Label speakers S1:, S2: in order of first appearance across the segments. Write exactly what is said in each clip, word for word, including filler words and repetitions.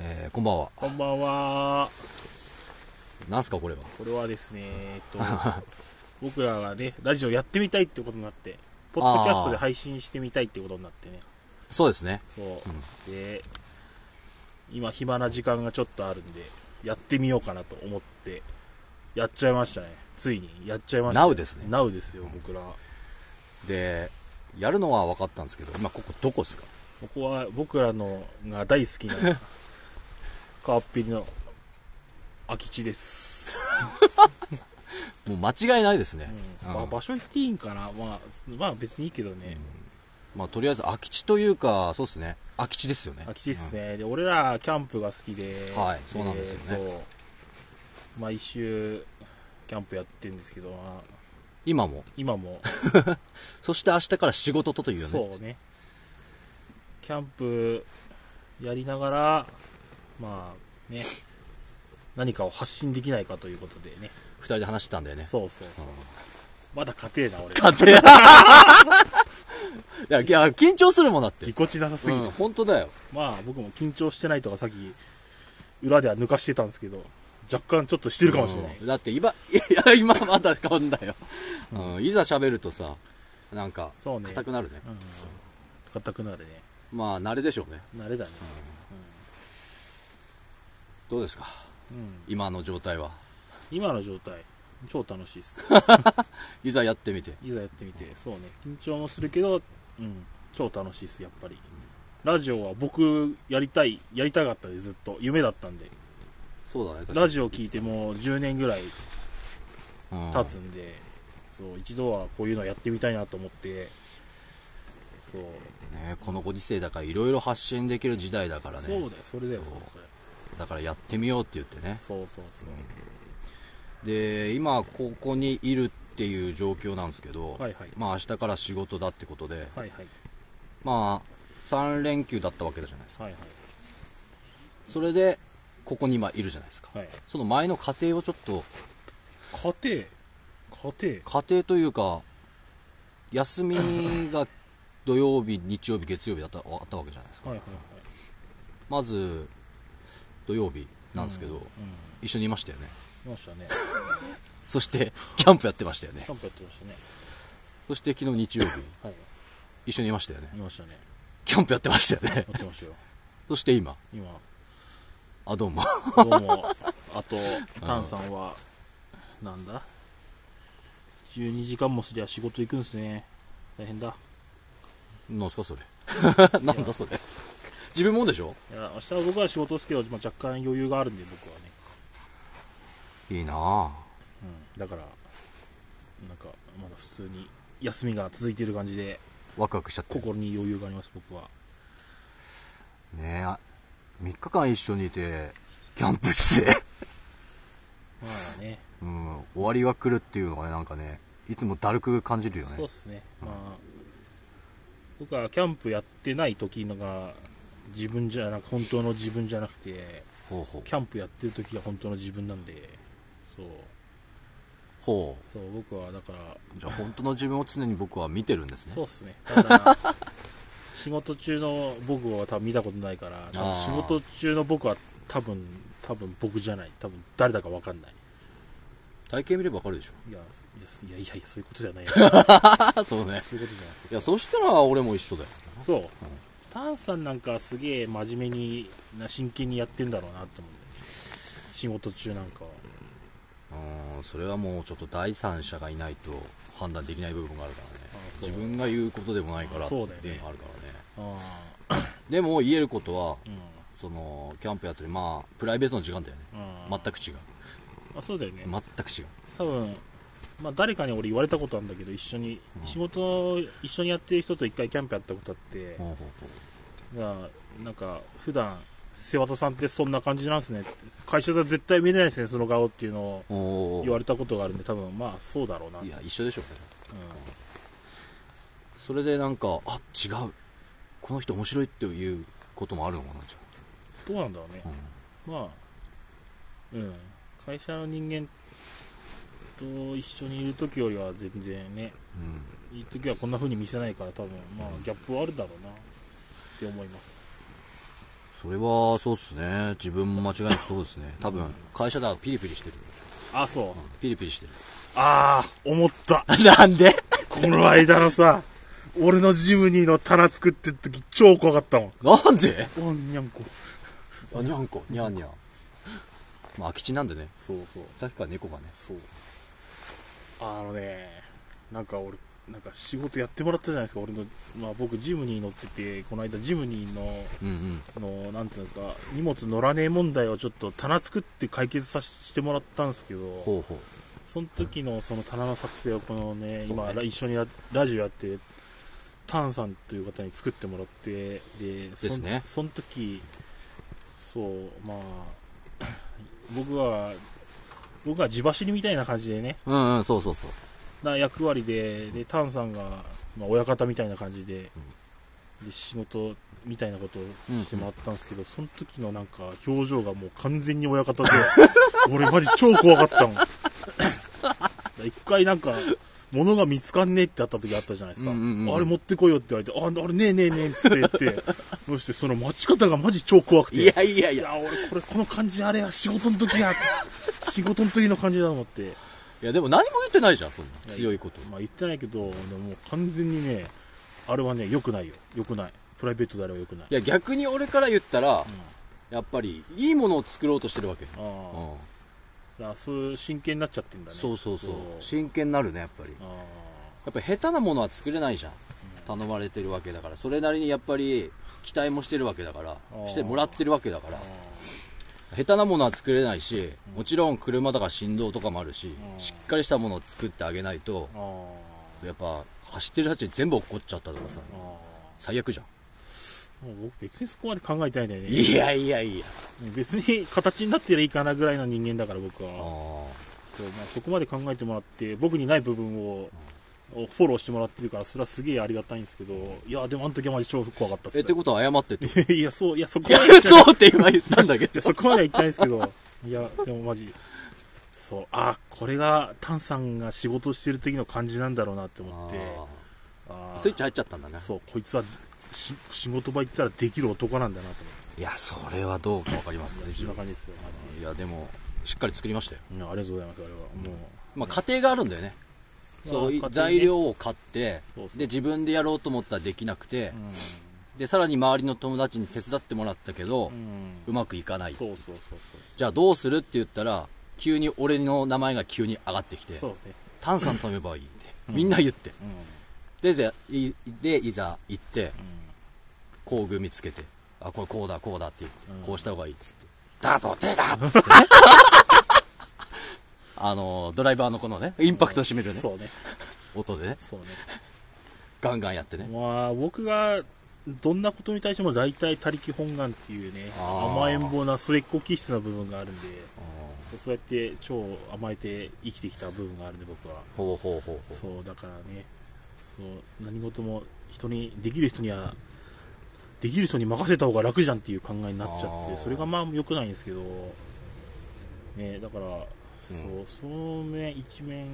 S1: えー、こんばんは。
S2: こんばんは。
S1: なんすかこれは。
S2: これはですね、えっと僕らがねラジオやってみたいってことになって、ポッドキャストで配信してみたいってことになってね。
S1: そうですね。
S2: そう、うん、で今暇な時間がちょっとあるんでやってみようかなと思ってやっちゃいましたね。ついにやっちゃいました。
S1: ナウですね。
S2: ナウですよ、僕ら。
S1: でやるのは分かったんですけど、今ここどこですか？
S2: ここは僕らのが大好きな川っぺりの空き地です
S1: もう間違いないですね、
S2: うんうん、場所言っていいんかな。まあまあ別にいいけどね、
S1: うん、まあとりあえず空き地というか、そうですね、空き地ですよね。
S2: 空き地ですね、うん、で俺らキャンプが好きで、
S1: はい、そうなんですよね。
S2: そう毎週キャンプやってるんですけど、まあ、
S1: 今も
S2: 今も
S1: そして明日から仕事とというね。
S2: そうね、キャンプやりながらまあね、何かを発信できないかということでね、
S1: ふたりで話してたんだよね。
S2: そうそうそう、うん、まだ家庭な俺
S1: 家庭いやいや緊張するもんだって。
S2: ぎこちなさすぎる、
S1: うん、本当だよ。
S2: まあ僕も緊張してないとかさっき裏では抜かしてたんですけど、若干ちょっとしてるかもしれない、
S1: うん、だって今いや今まだこんだよ、うんうん、いざ喋るとさなんか硬くなるね。
S2: 硬、うん、くなるね。
S1: まあ慣れでしょうね。
S2: 慣れだね、
S1: うん、どうですか、うん、今の状態は。
S2: 今の状態超楽しいです
S1: いざやってみて
S2: いざやってみて、そうね、緊張もするけど、うん、超楽しいです。やっぱりラジオは僕やりたいやりたかったで、ずっと夢だったんで。
S1: そうだね、
S2: ラジオ聞いてもうじゅうねんぐらい経つんで、うん、そう一度はこういうのやってみたいなと思って。そう
S1: ね、このご時世だからいろいろ発信できる時代だからね。
S2: そうだよ、それだよ、それそれ
S1: だからやってみようって言ってね。
S2: そうそうそう、
S1: うん、で今ここにいるっていう状況なんですけど、
S2: はいはい、
S1: まあ明日から仕事だってことで、
S2: はいはい、
S1: まあさん連休だったわけじゃないですか、
S2: はいはい、
S1: それでここに今いるじゃないですか、はい、その前の家庭をちょっと。
S2: 家庭家
S1: 庭家庭というか休みが土曜日日曜日月曜日だったあったわけじゃないですか、はいはいはい、まず土曜日なんですけど、うんうん、一緒にいましたよね。
S2: いましたね
S1: そしてキャンプやってましたよね。
S2: キャンプやってましたね。
S1: そして昨日日曜日、はい、一緒にいましたよね。
S2: いましたね。
S1: キャンプやってましたよね。
S2: やってましたよ。
S1: そして今
S2: 今
S1: あどうも
S2: どうも。あとタンさんはなんだじゅうにじかんもすりゃ仕事行くんですね。大変だ。
S1: なんすかそれなんだそれ自分もでしょ。
S2: いや明日は僕は仕事ですけど、まあ、若干余裕があるんで僕はね。
S1: いいなぁ、
S2: うん、だからなんかまだ普通に休みが続いている感じで
S1: ワクワクしちゃって
S2: 心に余裕があります僕は
S1: ね。えみっかかん一緒にいてキャンプして
S2: まあね、
S1: うん、終わりが来るっていうのがね、なんかねいつもだるく感じるよね。
S2: そうっすね、うん、まあ僕はキャンプやってない時のが自分じゃなく本当の自分じゃなくて、
S1: ほうほう、
S2: キャンプやってる時が本当の自分なんで、そう
S1: ほう、
S2: そう僕はだから
S1: じゃあ本当の自分を常に僕は見てるんですね。
S2: そうっすね。だから仕事中の僕は多分見たことないから、多分仕事中の僕は多分多分僕じゃない、多分誰だか分かんない。
S1: 体型見れば分かるでしょ。
S2: いやいやいやいやそういうことじゃないよ
S1: そうね、
S2: そういうことじゃなくて、
S1: いやそしたら俺も一緒だよ。
S2: そう、うん、タンさんなんかすげえ真面目にな真剣にやってんだろうなって思う、仕事中なんかは。
S1: うん、それはもうちょっと第三者がいないと判断できない部分があるからね。自分が言うことでもないからっていうのがあるからね。でも言えることは、うん、そのキャンプやってる、まあプライベートの時間だよね、全く違う。
S2: あ、そうだよね、
S1: 全く違う。多
S2: 分、まあ、誰かに俺言われたことあるんだけど、一緒に、うん、仕事を一緒にやってる人と一回キャンプやったことあって、うん、まあ、なんか普段瀬渡さんってそんな感じなんですねって、会社では絶対見れないですねその顔っていうのを言われたことがあるんで、多分まあそうだろうな。
S1: いや一緒でしょうね、
S2: うん、
S1: それでなんかあ違うこの人面白いっていうこともあるのかな。じゃ
S2: あどうなんだろうね、うん、まあうん会社の人間と一緒にいる時よりは全然ね、うん、いい時はこんな風に見せないから多分まあギャップはあるだろうなって思います。
S1: それはそうっすね。自分も間違いなくそうですね。多分会社ではピリピリしてる。
S2: あ、そう、うん、
S1: ピリピリしてる。
S2: ああ、思った
S1: なんで
S2: この間のさ、俺のジムニーの棚作ってる時超怖かったもん。
S1: なんで？
S2: おにゃんこ。
S1: あ、にゃんこ、にゃんにゃん。まあ空き地なんでね。
S2: そうそう。
S1: さっきから猫がね。
S2: そう。あのね、なんか俺、なんか仕事やってもらったじゃないですか、俺の。まあ僕ジムニー乗ってて、この間ジムニーの、うんうん、の、なんていうんですか、荷物乗らねえ問題をちょっと棚作って解決させてもらったんですけど、ほうほう。その時のその棚の作成をこのね、今一緒にラジオやってるタンさんという方に作ってもらって、で、
S1: ですね。
S2: その時、そう、まあ、僕は、僕は地走りみたいな感じでね、
S1: うんうん、そうそうそう。
S2: な役割で、で、タンさんが、まあ、親方みたいな感じで、うん、で、仕事みたいなことをしてもらったんですけど、うんうん、その時のなんか、表情がもう完全に親方で、俺マジ超怖かったもん。一回なんか、物が見つかんねえってあった時あったじゃないですか。うんうんうん、あれ持ってこいよって言われて、あ、あれねえねえねえっつって言って、そしてその待ち方がマジ超怖くて。
S1: いやいやいや。いや、
S2: 俺これ、この感じあれは仕事の時や。仕事の時の感じだと思って。
S1: いやでも何も言ってないじゃん、そんな強いこと。
S2: まあ言ってないけど、でも完全にね、あれはね、良くないよ。良くない。プライベートであれは良くない。
S1: いや逆に俺から言ったら、うん、やっぱりいいものを作ろうとしてるわけ。ああ。
S2: うんだからそういう真剣になっちゃってんだね。
S1: そうそうそう。そう真剣になるね、やっぱり。やっぱり下手なものは作れないじゃん。頼まれてるわけだから。それなりにやっぱり期待もしてるわけだから。してもらってるわけだから。下手なものは作れないし、もちろん車だから振動とかもあるし、しっかりしたものを作ってあげないと、やっぱ走ってる人たち全部落っこっちゃったとかさ、最悪じゃん。
S2: もう僕別にそこまで考えてないんだよね。
S1: いやいやいや。
S2: 別に形になってりゃいいかなぐらいの人間だから僕は。そう、まあ、そこまで考えてもらって、僕にない部分を、フォローしてもらってるから、それはすげえありがたいんですけど、いや、でもあの時はマジ超怖かったっす。
S1: え、ってことは謝ってって。
S2: いや、そう、いや、そこまで。
S1: そうって今言ったんだけど。
S2: そこまでは言ってないですけど、いや、でもマジ、そう、あ、これが、タンさんが仕事してる時の感じなんだろうなって思って、
S1: あスイッチ入っちゃったんだね。
S2: そう、こいつは、し仕事場行ったらできる男なんだなと思って。
S1: いや、それはどうか分かりますね。
S2: そんな感じですよ。
S1: いや、でも、しっかり作りましたよ。
S2: いや、ありがとうございます、あれは。も
S1: う、まあ、過程があるんだよね。そう、ね、材料を買って、そうそうで、自分でやろうと思ったらできなくて、うん、で、さらに周りの友達に手伝ってもらったけど、うん、うまくいかない。
S2: そうそうそうそう。
S1: じゃあどうするって言ったら、急に俺の名前が急に上がってきて、
S2: そうね。
S1: タンさんと呼べばいいって、みんな言って。うん、で、いで、いざ行って、うん工具見つけて、あ、これこうだ、こうだって言って、うん、こうした方がいいっつって、ダボテだっつってね。あの、ドライバーのこのね、インパクトを占めるね。
S2: そうね。
S1: 音でね。
S2: そうね。
S1: ガンガンやってね。
S2: まあ、僕が、どんなことに対しても大体他力本願っていうね、甘えん坊な末っ子気質な部分があるんで、そうやって超甘えて生きてきた部分があるんで、僕は。
S1: ほうほうほうほう。
S2: そう、だからね、そう何事も人に、できる人には、できる人に任せた方が楽じゃんっていう考えになっちゃって、それがまあ良くないんですけど、ね、だから、うん、そう、その面、一面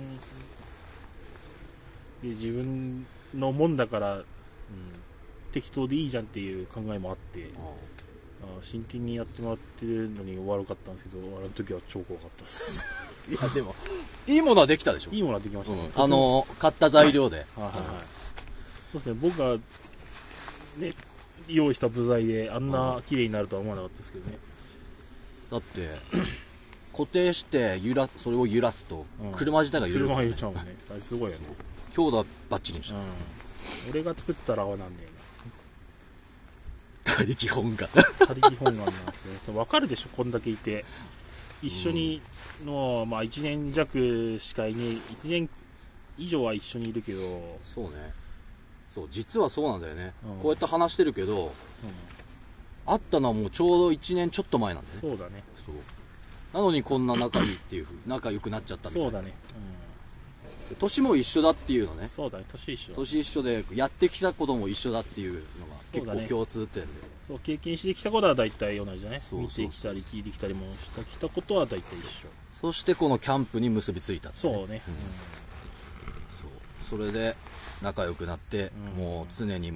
S2: で自分のもんだから、うん、適当でいいじゃんっていう考えもあって、あ真剣にやってもらってるのに悪かったんですけど、あの時は超怖かったです。
S1: いや、でも、いいものはできたでしょ。
S2: いいものはできましたね。
S1: うん、あの、買った材料で。はい
S2: はいはい。そうですね、僕が、ね、用意した部材であんな綺麗になるとは思わなかったですけどね。
S1: だって固定して揺らそれを揺らすと車自体が揺れる、ね、
S2: 車が揺れちゃうもんね。すごいよね。
S1: 強度はバッチリにした、うん、
S2: 俺が作ったら泡なんだよ
S1: な。他力本願
S2: 他力本願なんですね。分かるでしょ、こんだけいて一緒にの、まあ、いちねん弱しかいねえ、いちねん以上は一緒にいるけど。
S1: そうね、そう実はそうなんだよね、うん、こうやって話してるけど、うん、会ったのはもうちょうどいちねんちょっと前なんだね。
S2: そうだね。
S1: そうなのにこんな仲いいっていうふう仲良くなっちゃったみたいな。
S2: そうだね、
S1: うん、年も一緒だっていうのね。
S2: そうだね、年一緒
S1: 年一緒でやってきたことも一緒だっていうのが結構共通点で、
S2: そう、ね、そう経験してきたことは大体同じだね。見てきたり聞いてきたりもしてきたことは大体一緒。
S1: そしてこのキャンプに結びついたって、ね、
S2: そうね、うん、
S1: そうそれで仲良くなって、うん、もう常にも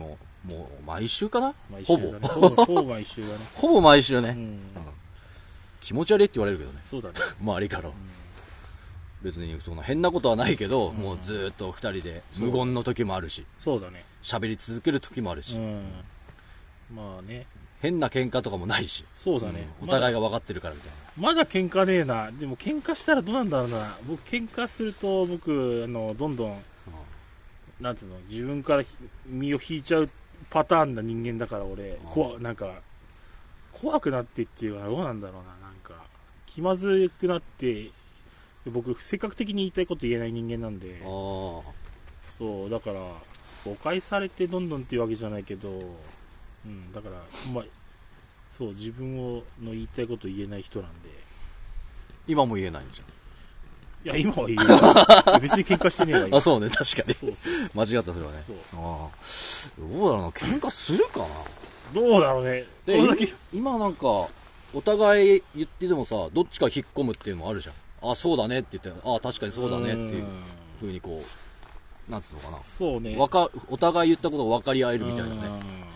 S1: もう毎週かな、
S2: 毎週だね、ほぼほぼ毎週だね
S1: ほぼ毎週ね、
S2: うんうん、
S1: 気持ち悪いって言われるけどね、
S2: そうだね
S1: 周りから、うん、別にそんな変なことはないけど、うん、もうずーっとふたりで無言の時もあるし、
S2: そうだね、
S1: 喋り続ける時もあるし、うん、
S2: まあね、
S1: 変な喧嘩とかもないし、
S2: そうだね、
S1: うん、お互いが分かってるからみたいな。
S2: まだ喧嘩ねえな。でも喧嘩したらどうなんだろうな。僕喧嘩すると僕あのどんどん、うん、なんつうの、自分から身を引いちゃうパターンな人間だから俺、怖なんか怖くなってっていうのはどうなんだろうな。なんか気まずくなって、僕性格的に言いたいこと言えない人間なんで、そうだから誤解されてどんどんっていうわけじゃないけど、うん、だからまあそう自分をの言いたいこと言えない人なんで。
S1: 今も言えないんじ
S2: ゃん。いや今は言えない別に喧嘩してねえわ今。
S1: あ、そうね、確かに。
S2: そうそう
S1: 間違ったそれはね。そう、ああ、どうだろうな、喧嘩するかな。
S2: どうだろうね。
S1: で今なんかお互い言っててもさ、どっちか引っ込むっていうのもあるじゃん。あ、そうだねって言って、あ、確かにそうだねっていう風にこう、なんつうのかな、
S2: そうね、
S1: わかお互い言ったことを分かり合えるみたいなね。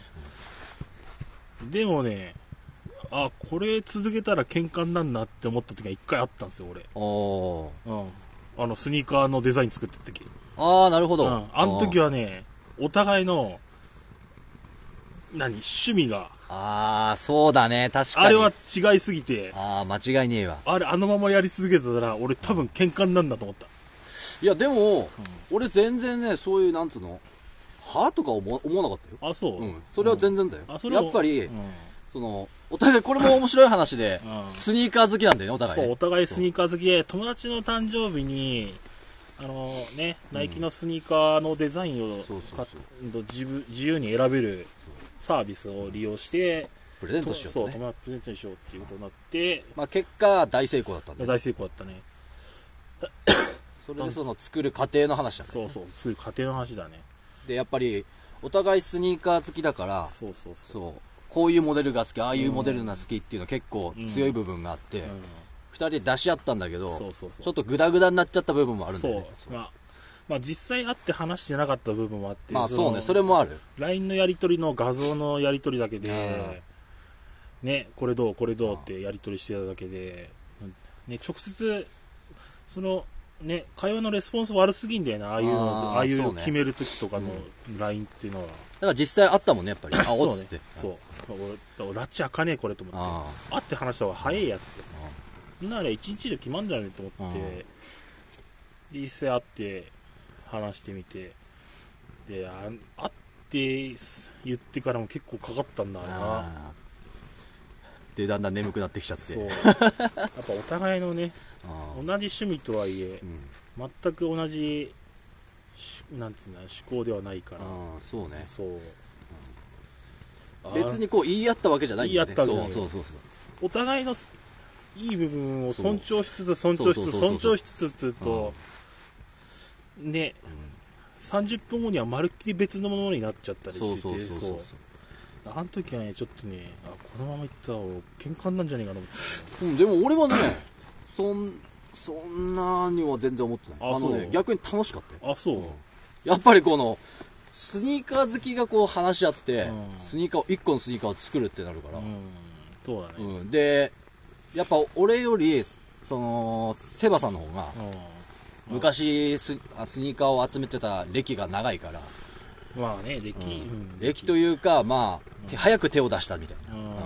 S2: でもね、あ、これ続けたら喧嘩になるなって思った時が一回あったんですよ俺。あ、うん、あのスニーカーのデザイン作ってる時。
S1: ああ、なるほど、うん、
S2: あの時はね、お互いの何趣味が、
S1: ああ、そうだね、確かに
S2: あれは違いすぎて、
S1: ああ、間違いねえわ。
S2: あれあのままやり続けてたら俺多分喧嘩になるんだと思った。
S1: いやでも、うん、俺全然ね、そういうなんつうの、はとか思思わなかったよ。
S2: あ、そう、
S1: うん、それは全然だよ、うん、あ、それやっぱり、うん、そのお互い、これも面白い話で、うん、スニーカー好きなんだよね、お互い、ね、
S2: そう、お互いスニーカー好きで、友達の誕生日にあのね、ナイキのスニーカーのデザインを自由に選べるサービスを利用して
S1: プレゼントしようと、ね、
S2: そう、友達プレゼントしようっていうことになって、
S1: まあ、結果大成功だったんだ、ね、
S2: 大成功だったね
S1: それでその作る過程の話だね。
S2: そうそう、作る過程の話だね。
S1: でやっぱりお互いスニーカー好きだから、
S2: そうそうそう、
S1: そうこういうモデルが好き、ああいうモデルが好きっていうのは結構強い部分があって、うんうん、ふたりで出し合ったんだけど、そうそうそう、ちょっとグダグダになっちゃった部分もあるんだよね。
S2: そう、まあまあ、実際会って話してなかった部分もあって、
S1: まあそうね、それもある。
S2: ライン のやり取りの画像のやり取りだけで、ね、これどうこれどうってやり取りしてただけで、ね、直接そのね、会話のレスポンス悪すぎんだよな、ああいうの、ああいうの決めるときとかの ライン っていうのは。だ
S1: から実際あったもんね、やっぱり。あ、おっつって。
S2: そうね、そう。俺、ラッチ開かねえこれと思って。会って話した方が早いやつって。みんなあれいちにちで決まんじゃねえと思って、で、実際会って話してみて、で、あ会って言ってからも結構かかったんだな。
S1: で、だんだん眠くなってきちゃって。そう。
S2: やっぱお互いのね、同じ趣味とはいえ、うん、全く同じなんつうの思考ではないから。
S1: あ、そうね。
S2: そう、
S1: うん、別にこう言い合ったわけじゃないんだよね。
S2: 言い合ったわけじゃない。
S1: そうそうそうそう、
S2: お互いのいい部分を尊重しつつ尊重しつつ尊重しつつとね、うん、さんじゅっぷんごにはまるっきり別のものになっちゃったりしてて、そうそうそうそう、あの時はね、ちょっとね、あ、このままいったら喧嘩なんじゃねえかなと思って、
S1: うん、でも俺はねそんそんなには全然思ってない。 あ, あのね、逆に楽しかったよ。
S2: あ、そう、うん、
S1: やっぱりこのスニーカー好きがこう話し合って、うん、スニーカーをいっこのスニーカーを作るってなるから、うん、
S2: そうだね、
S1: うん、でやっぱ俺よりそのセバさんの方が、うん、昔 ス, スニーカーを集めてた歴が長いから、
S2: まあね、歴、うん
S1: うん、歴というか、まあ、うん、早く手を出したみたいな、うんうん、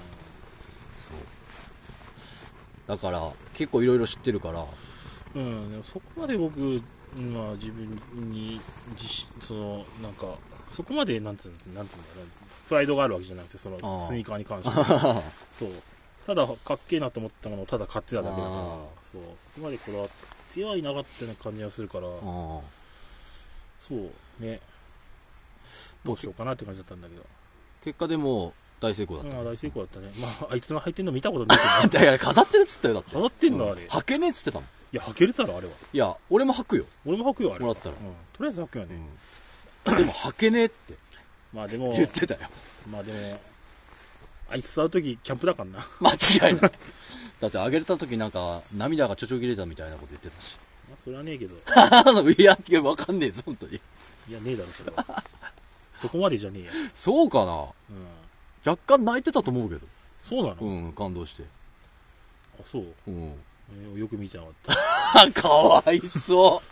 S1: だから結構いろいろ知ってるから、
S2: うん、でもそこまで僕、まあ、自分に自信、そのなんかそこまでなんつうんなんつうんだろう、プライドがあるわけじゃなくて、そのスニーカーに関してそう、ただかっけえなと思ったものをただ買ってただけだから、そう、そこまでこだわってはいなかったような感じがするから、そうね、どうしようかなって感じだったんだけど、
S1: 結果でも大成功だった、ね、
S2: まあ大成功だったね。まああいつが履いてんの見たことないけ
S1: どだから飾ってるっつったよ。だって
S2: 飾ってんの、うん、あれ
S1: 履けねえっつってたもん。
S2: いや履けるだろあれは。
S1: いや俺も履くよ。
S2: 俺も履くよあれ
S1: もらったら、うん、
S2: とりあえず履くよね、
S1: うん、でも履けねえって
S2: まあでも
S1: 言ってたよ。
S2: まあでもあいつと会う時キャンプだからな。
S1: 間違いないだってあげれた時なんか涙がちょちょぎれたみたいなこと言ってたし。
S2: まあそれはねえけど
S1: いや分かんねえぞ本当に。
S2: いやねえだろそれはそこまでじゃねえや。
S1: そうかな、うん、若干泣いてたと思うけど。
S2: そうなの？
S1: うん、感動して。
S2: あ、そう。うん。えー、よく見てなか
S1: った。かわいそう。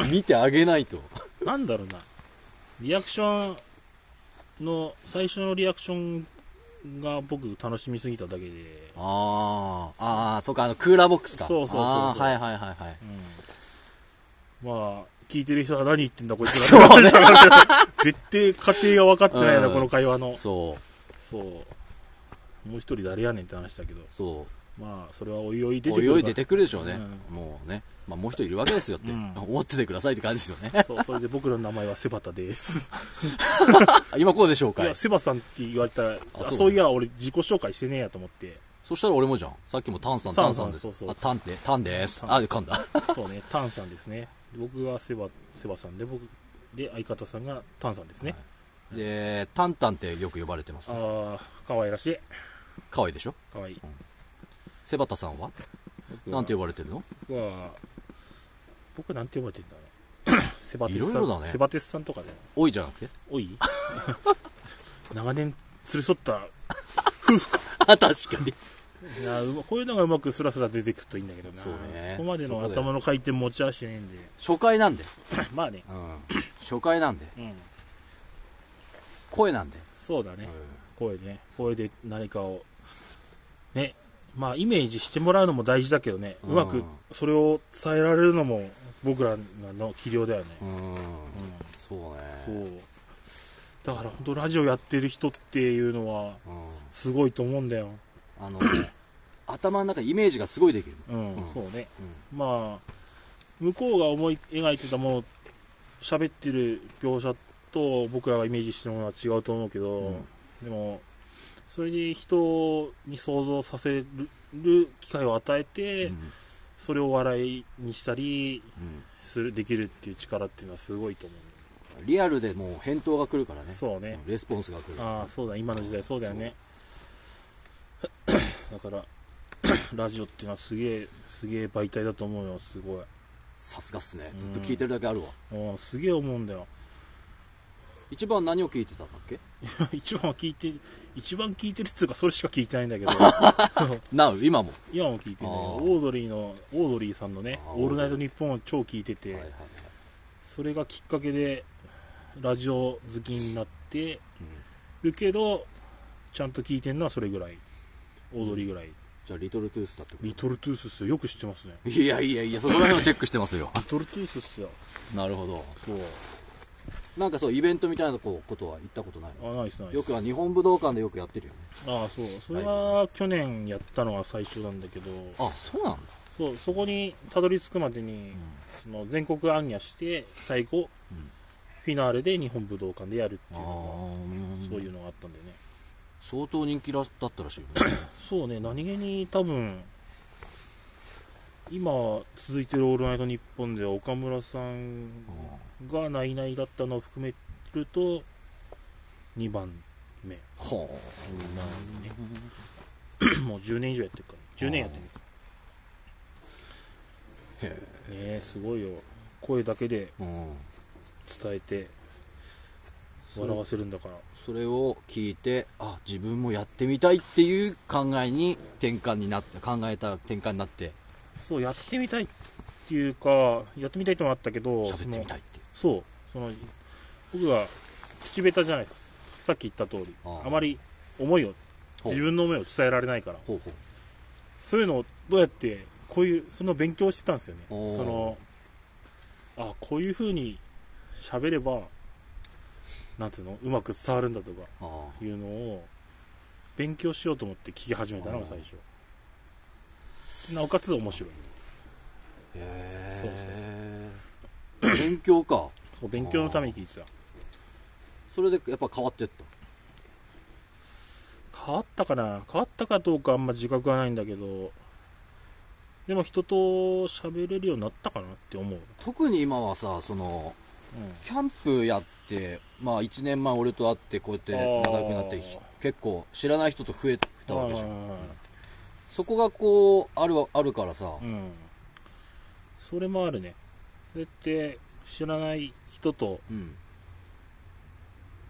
S1: 見てあげないと。
S2: なんだろうな。リアクションの、最初のリアクションが僕楽しみすぎただけで。
S1: ああ、ああ、そうか、あの、クーラーボックスか。
S2: そうそうそうそう。
S1: あはいはいはいはい。
S2: うん、まあ、聞いてる人は何言ってんだこいつら。そうね。絶対家庭が分かってないな、うん、この会話の。
S1: そう。
S2: そう。もう一人誰やねんって話だけど。
S1: そう。
S2: まあ、それはおいおい出てくる。
S1: おいおい出てくるでしょうね。うん、もうね。まあ、もう一人いるわけですよって、うん、思っててくださいって感じですよね。
S2: そう、それで僕の名前はセバタです。
S1: 今こうでしょうか。
S2: いや、セバさんって言われたら、あ、そう、そういや、俺自己紹介してねえやと思って。
S1: そしたら俺もじゃん。さっきもタンさん、タンさんです。
S2: そうそう。
S1: あ、タンって、タンです。あ、噛んだ。
S2: そうね、タンさんですね。僕がセバ、セバさんで、僕、で、相方さんがタンさんですね。
S1: はい、で、タンタンってよく呼ばれてます、ね。
S2: ああ、可愛らしい。
S1: 可愛いでしょ？
S2: 可愛い。うん、
S1: セバタさんはなんて呼ばれてるの？
S2: 僕は、僕なんて呼ばれてるんだろう。セバテスさん。いろいろだね。セバテスさんとかで。
S1: おいじゃなくて？
S2: おい長年連れ添った夫婦か。
S1: あ、確かに。
S2: いや、こういうのがうまくスラスラ出てくるといいんだけどな。そうね。そこまでの頭の回転持ち合わせねえんで。
S1: 初回なんで。
S2: まあね、
S1: うん。初回なんで。うん。声なんで。
S2: そうだね。うん、声ね。声で何かを。ね。まあ、イメージしてもらうのも大事だけどね。うん、うまくそれを伝えられるのも僕らの器量だよね。うん。うん、
S1: そうね。
S2: そう。だから本当ラジオやってる人っていうのは、すごいと思うんだよ。
S1: あの頭の中イメージがすごいできる、
S2: うんうん、そうね、うん、まあ向こうが思い描いてたもの喋ってる描写と僕らがイメージしてるものは違うと思うけど、うん、でもそれで人に想像させる機会を与えて、うん、それを笑いにしたりする、うん、できるっていう力っていうのはすごいと思う。
S1: リアルでもう返答が来るからね。
S2: そうね、
S1: レスポンスが来るから、ね、
S2: ああそうだ、今の時代そうだよね。だからラジオっていうのはすげえすげえ媒体だと思うよ。すごい、
S1: さすがっすね。ずっと聞いてるだけあるわ。
S2: うん、すげえ思うんだよ。
S1: 一番何を聞いてたんだっけ？
S2: 一番は聞いて一番聞いてるっつうかそれしか聞いてないんだけど
S1: なう今も
S2: 今も聞いてるね。オードリーのオードリーさんのね「オールナイトニッポン」を超聞いてて、はいはいはい、それがきっかけでラジオ好きになってるけど、うん、ちゃんと聞いてるのはそれぐらい、オードリーぐらい。
S1: じゃあリトルトゥースだってこと？
S2: リトルトゥースっすよ。よく知ってますね。
S1: いやいやいや、そこら辺をチェックしてますよ。
S2: リトルトゥースっすよ。
S1: なるほど。
S2: そう。
S1: なんかそうイベントみたいなことは行ったことない？
S2: あ、ないっすないっす。
S1: よくは日本武道館でよくやってるよね。
S2: ああ、そう。それは去年やったのが最初なんだけど。
S1: あ、そうなんだ。
S2: そう、そこにたどり着くまでに、うん、その全国行脚して最後、うん、フィナーレで日本武道館でやるっていうのが、そういうのがあったんだよね。
S1: 相当人気だったらしいよね。
S2: そうね、何気に多分今続いてる「オールナイトニッポン」では岡村さんがナイナイだったのを含めるとにばんめはあ、ね、もうじゅうねん以上やってるからじゅうねんやってるからへえ、ね、すごいよ。声だけで伝えて笑わせるんだから。
S1: それを聞いて、あ、自分もやってみたいっていう考えに転換になって、考えた転換になって、
S2: そう、やってみたいっていうか、やってみたいともあったけど、
S1: 喋ってみたいって、
S2: そう、その僕は口下手じゃないですか。さっき言った通り、あ, あまり思いを自分の思いを伝えられないから、ほうほう、そういうのをどうやってこういうその勉強してたんですよね。そのあこういう風に喋ればなんつうのうまく伝わるんだとかいうのを勉強しようと思って聞き始めたのが最初。なおかつ面白い。へ
S1: え。そうそうそう。勉強か。
S2: そう、勉強のために聞いてた。
S1: それでやっぱ変わってった。
S2: 変わったかな。変わったかどうかあんま自覚はないんだけど、でも人と喋れるようになったかなって思う。
S1: 特に今はさ、その、うん、キャンプやってまあいちねんまえ俺と会ってこうやって仲良くなって結構知らない人と増えたわけじゃん。そこがこうあるあるからさ、うん、
S2: それもあるね。そうやって知らない人と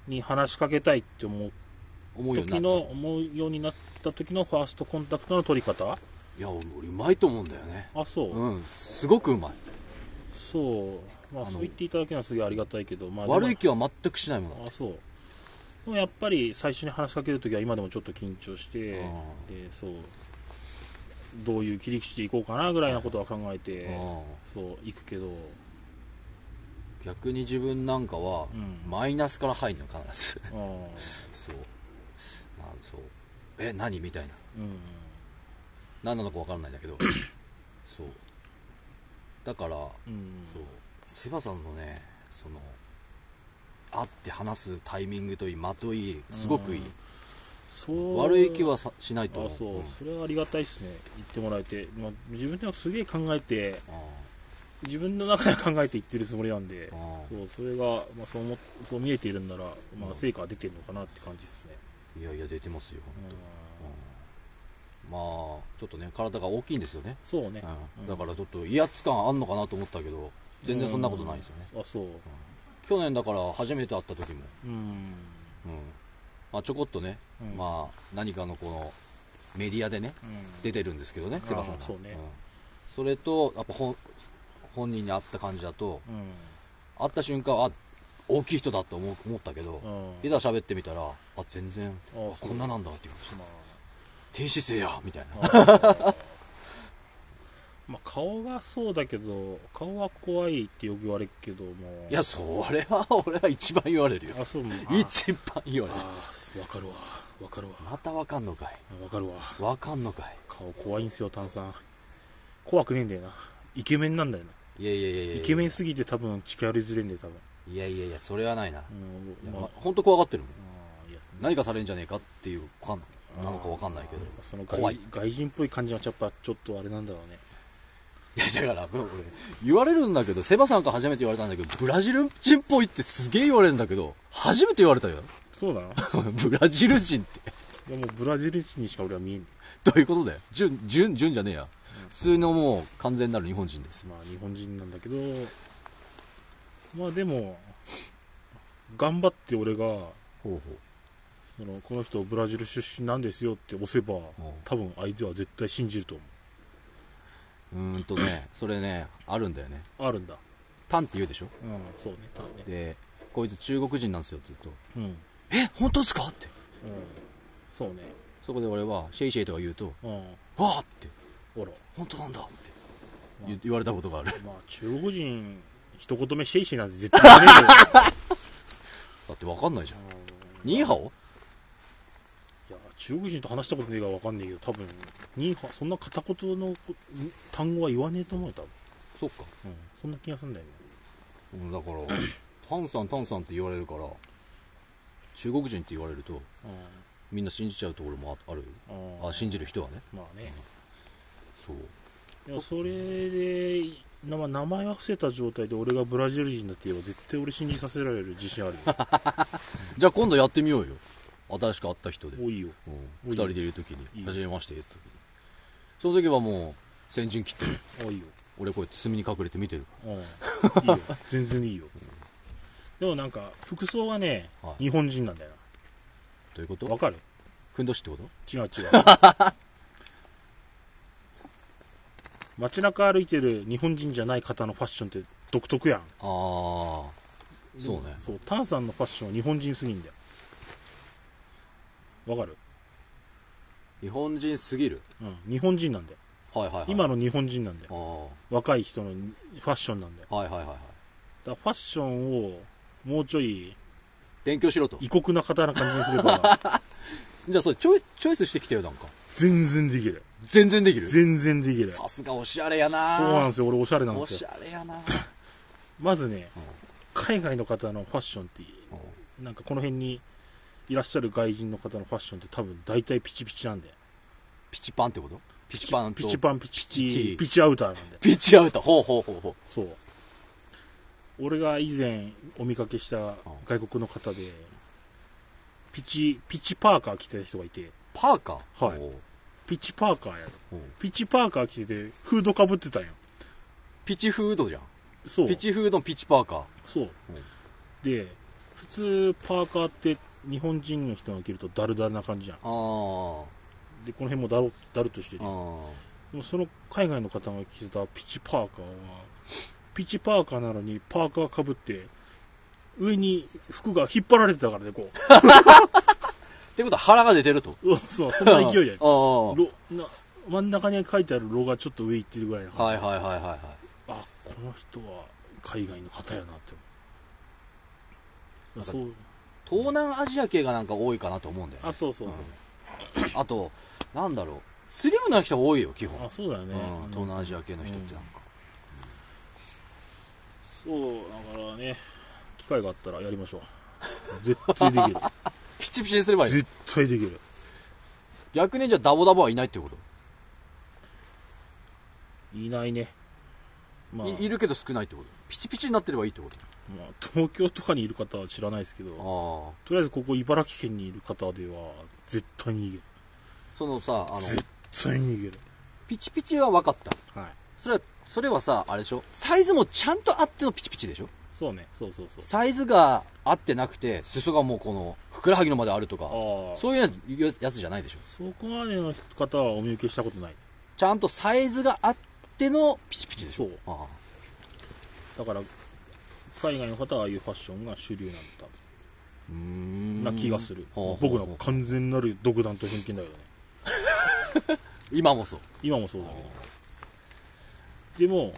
S2: に話しかけたいって思う時の思うようになった時のファーストコンタクトの取り方。
S1: いや俺うまいと思うんだよね。
S2: あ、そう、
S1: うん、すごくうまい。
S2: そう、まあ、そう言っていただけるのはすげえありがたいけど、まあ、
S1: 悪い気は全くしないもん。
S2: あ、そう。でもやっぱり最初に話しかけるときは今でもちょっと緊張して、でそうどういう切り口でいこうかなぐらいなことは考えてそう行くけど、
S1: 逆に自分なんかはマイナスから入るの必ず、うん、そうなんそうえ何みたいな、うん、何なのか分からないんだけどそうだから、うん、そうセバさんのねその会って話すタイミングといい間といいすごくいい、うん、そう悪い気はさしないと思う。
S2: あそう、うん、それはありがたいですね言ってもらえて、まあ、自分ではすげえ考えて自分の中で考えて言ってるつもりなんでそうそれが、まあ、そうもそう見えているんなら、まあ、成果は出てるのかなって感じですね。
S1: いやいや出てますよ本当、うん、まあちょっとね体が大きいんですよね。
S2: そうね、
S1: うん、だからちょっと威圧感あんのかなと思ったけど全然そんなことないんですよね。
S2: あそう、うん、
S1: 去年だから初めて会った時も、うんうんまあ、ちょこっとね、うんまあ、何かのこのメディアでね、うん、出てるんですけどねセバさんがそう、ねうん、それとやっぱ本本人に会った感じだと、うん、会った瞬間あ大きい人だと思ったけど、うん、いざ喋ってみたらあ全然あこんななんだっていう感じ、まあ、低姿勢やみたいな
S2: まあ、顔がそうだけど顔は怖いってよく言われるけども
S1: いやそれは俺は一番言われるよ。あそう一番言われる。
S2: あ分かるわ分かるわ
S1: また分かんのかい。
S2: 分かるわ
S1: 分かんのかい。
S2: 顔怖いんすよ炭酸怖くねえんだよなイケメンなんだよな。
S1: いやいやいやいや
S2: イケメンすぎて多分近寄りづれんで多分
S1: いやいやいやそれはないな、うんまあ、本当怖がってるもん。いや何かされんじゃねえかっていうかなのか分かんないけど
S2: その怖い外人っぽい感じはやっぱちょっとあれなんだろうね。
S1: いやだから俺言われるんだけどセバさんから初めて言われたんだけどブラジル人っぽいってすげえ言われるんだけど初めて言われたよ。
S2: そうだな
S1: ブラジル人って
S2: でもブラジル人にしか俺は見えん。
S1: どういうことだよ。純純純じゃねえや、うん、普通のもう完全なる日本人です。
S2: まあ日本人なんだけどまあでも頑張って俺がほうほうそのこの人ブラジル出身なんですよって押せば多分相手は絶対信じると思う。
S1: うーんとねそれねあるんだよね。
S2: あるんだ。
S1: タンって言うでしょ。
S2: うんそうねタンね。
S1: でこいつ中国人なんですよずっと、うん、え本当ですかって、うん、
S2: そうね。
S1: そこで俺はシェイシェイとか言うと、うん、わーってほら本当なんだって、まあ、言われたことがある。
S2: まあ中国人一言目シェイシェイなんて絶対言わねえよ
S1: だって分かんないじゃん。ニーハオ
S2: いや中国人と話したことねえから分かんねえけど多分ニーハそんな片言の単語は言わねえと思うよ多分。
S1: そっか、
S2: うん、そんな気がするんだよね。
S1: うん、だからタンさんタンさんって言われるから中国人って言われると、うん、みんな信じちゃうところもある。ああ信じる人はね。
S2: まあね、
S1: うん、そう
S2: いやそれで名前は伏せた状態で俺がブラジル人だって言えば絶対俺信じさせられる自信あるよ
S1: じゃあ今度やってみようよ新しく会った人で。
S2: おいよ、
S1: うん、ふたりでいる時に初めましてです時にその時はもう先陣切ってる
S2: おいよ
S1: 俺こうやって隅に隠れて見てる
S2: からいいよ全然いいよ、うん、でもなんか服装はね、はい、日本人なんだよな。
S1: どういうこと？
S2: わかる？
S1: ふんどしってこと？
S2: 違う違う街中歩いてる日本人じゃない方のファッションって独特やん。ああ
S1: そうね。
S2: そうタンさんのファッションは日本人すぎんだよ。わかる？
S1: 日本人すぎる？
S2: うん日本人なんだよ。はいはいはい、今の日本人なんだよ。若い人のファッションなんだよ。はいはいはいはい。だからファッションをもうちょい
S1: 勉強しろと
S2: 異国な方な感じにすれば
S1: じゃあそれチョイ、チョイスしてきてよなんか。
S2: 全然できる。
S1: 全然できる。
S2: 全然できる。
S1: さすがおしゃれやな。
S2: そうなんですよ俺おしゃれなんですよ。
S1: おしゃれやな
S2: まずね、うん、海外の方のファッションって、うん、なんかこの辺にいらっしゃる外人の方のファッションって多分大体ピチピチなんだよ。
S1: ピチパンってこと？ピチパンと
S2: ピチパンピチチピチアウターなんだよ。
S1: ピチアウターほうほうほうほう。
S2: そう俺が以前お見かけした外国の方でピチピチパーカー着てた人がいて。
S1: パーカー？
S2: はいピチパーカーやろ。ピチパーカー着ててフードかぶってたんよ。
S1: ピチフードじゃん。
S2: そう
S1: ピチフードのピチパーカー。
S2: そうで普通パーカーって日本人の人が着るとダルダルな感じじゃん。あでこの辺もダルダルとしてる。でもその海外の方が着てたピチパーカーはピチパーカーなのにパーカーかぶって上に服が引っ張られてたからね、こう
S1: ってことは腹が出てると。
S2: そう、そんな勢いじゃん。ロな真ん中に書いてあるロがちょっと上行ってるぐらいの感じ。
S1: はいはいはいはい、はい。
S2: あ、この人は海外の方やなって。そう。
S1: 東南アジア系がなんか多いかなと思うんだよね。
S2: あ、そうそう
S1: そう。うん、あと、なんだろう。スリムな人多いよ、基本。
S2: あ、そうだよね。
S1: うん、東南アジア系の人ってなんか。
S2: うんうん、そう、だからね、機会があったらやりましょう。絶対できる。
S1: ピチピチにすればいい。
S2: 絶対できる。
S1: 逆にじゃあダボダボはいないってこと？い
S2: ないね。
S1: まあ、い, いるけど少ないってこと？ピチピチになってればいいってこと？
S2: まあ、東京とかにいる方は知らないですけど、とりあえずここ茨城県にいる方では絶対にいける。
S1: そのさ、あの
S2: 絶対にいける。
S1: ピチピチは分かった。
S2: はい。
S1: それはそれはさ、あれでしょ？サイズもちゃんとあってのピチピチでしょ？
S2: そうね、そうそうそう。
S1: サイズが合ってなくて裾がもうこのふくらはぎのまであるとか、そういうやつじゃないでしょ？
S2: そこまでの方はお見受けしたことない。
S1: ちゃんとサイズがあってのピチピチでしょ？そう。あ
S2: あだから海外の方はああいうファッションが主流なんだ多分。うーんな気がする。僕の完全なる独断と偏見だけどね。
S1: 今もそう。
S2: 今もそうだけど。でも。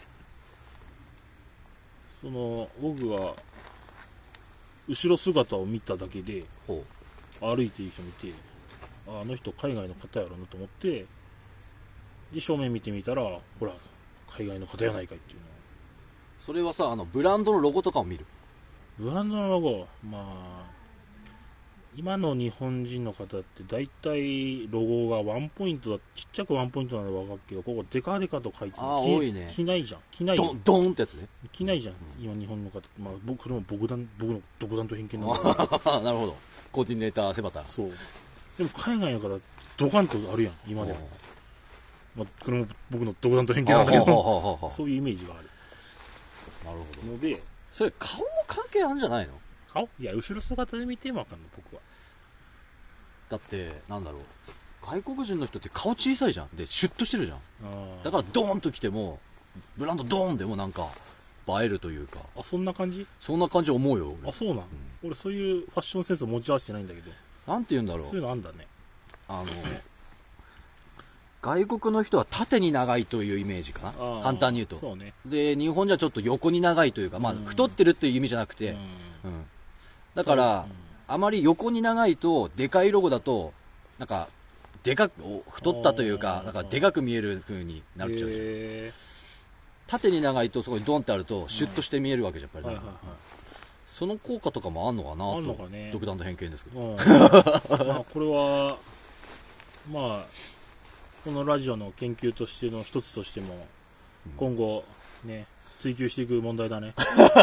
S2: その僕が後ろ姿を見ただけで歩いている人見て、あ, あの人海外の方やろなと思って、で正面見てみたらほら海外の方やないかいっていうの。
S1: それはさ、あのブランドのロゴとかを見る？
S2: ブランドのロゴ、まあ今の日本人の方って大体ロゴがワンポイントだ、ちっちゃくワンポイントなので分かるけど、ここデカデカと書いてる。
S1: あ多いね。
S2: 着ないじゃん。着ない。
S1: ドンドンってやつね。
S2: 着ないじゃん。今日本の方、まあ僕これも僕だ僕の独断と偏見なんだけ
S1: ど。なるほど。コーディネーターセバタ。
S2: そう。でも海外の方ドカンとあるやん今でも。まあこれも僕の独断と偏見なんだけど、そういうイメージがある。
S1: なるほど。
S2: ので、
S1: それ顔も関係あるんじゃないの？
S2: 顔？いや後ろ姿で見ても分かんない僕は。
S1: だってなんだろう、外国人の人って顔小さいじゃん。でシュッとしてるじゃん。だからドーンと来てもブランドドーンでもなんか映えるというか。
S2: あ、そんな感じ？
S1: そんな感じ思うよ俺。
S2: あ、そうなん、うん、俺そういうファッションセンスを持ち合わせてないんだけど。
S1: なんて言うんだろう、
S2: そういうのあんだね。
S1: あの外国の人は縦に長いというイメージかな、簡単に言うと。
S2: そうね。
S1: で日本じゃちょっと横に長いというか、まあ太ってるっていう意味じゃなくて、うんうん、だから、うん、あまり横に長いとでかいロゴだとなんかでかく太ったというか、なんかでかく見える風になっちゃうじゃん。縦に長いとそこにドンってあるとシュッとして見えるわけじゃん、やっぱり、ね。はいはいはい、その効果とかもあんのかなと。
S2: あんのかね。
S1: 独断と偏見ですけど。
S2: まあこれはまあこのラジオの研究としての一つとしても今後ね追求していく問題だね。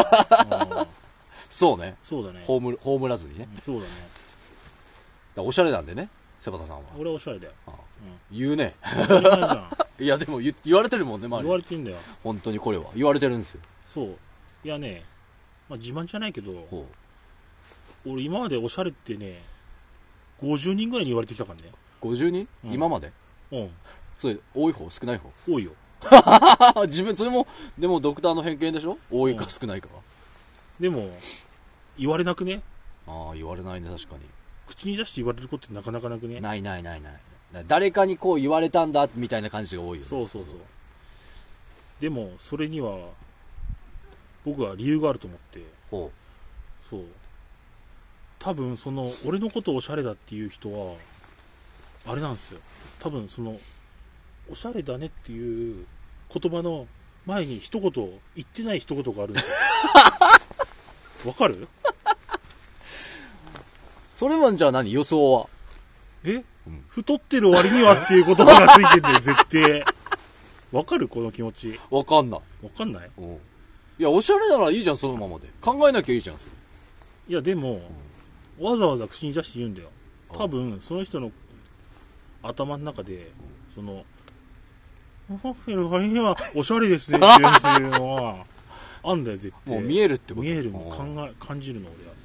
S1: そうね。
S2: そうだね。
S1: 葬葬らずにね。
S2: そうだね。
S1: だおしゃれなんでね、セバタさんは。
S2: 俺はおしゃれだよ。ああ
S1: うん、言うね。
S2: 当たり前じゃん。
S1: いやでも 言, 言われてるもんね、周り。
S2: 言われてんだよ。
S1: 本当にこれは言われてるんですよ。
S2: そう。いやね、まあ、自慢じゃないけど、俺今までおしゃれってね、ごじゅうにんぐらいに言われてきたからね。
S1: ごじゅうにん、うん、今まで。
S2: うん。
S1: それ多い方少ない方？
S2: 多いよ。
S1: 自分それもでもドクターの偏見でしょ、多いか少ないかは。
S2: でも言われなくね。
S1: ああ言われないね、確かに。
S2: 口に出して言われることってなかなかなくね。
S1: ないないないない。誰かにこう言われたんだみたいな感じが多いよね。
S2: そうそうそう。でもそれには僕は理由があると思って。
S1: ほ
S2: う。そう。多分その俺のことをおしゃれだっていう人はあれなんですよ。多分そのおしゃれだねっていう言葉の前に一言言ってない一言があるんですよ。わかる？
S1: それはじゃあ何予想は？
S2: え、うん、太ってる割にはっていう言葉がついてて絶対わかるこの気持ち。
S1: わかんない。
S2: わかんない？
S1: うん。いやおしゃれならいいじゃん、そのままで考えなきゃいいじゃんそれ。
S2: いやでも、うん、わざわざ口に出して言うんだよ。多分その人の頭の中で、うん、その太ってる割にはおしゃれですねっていうのはあんだよ絶対。
S1: もう見えるってこと？
S2: 見えるの、考え感じるの俺は。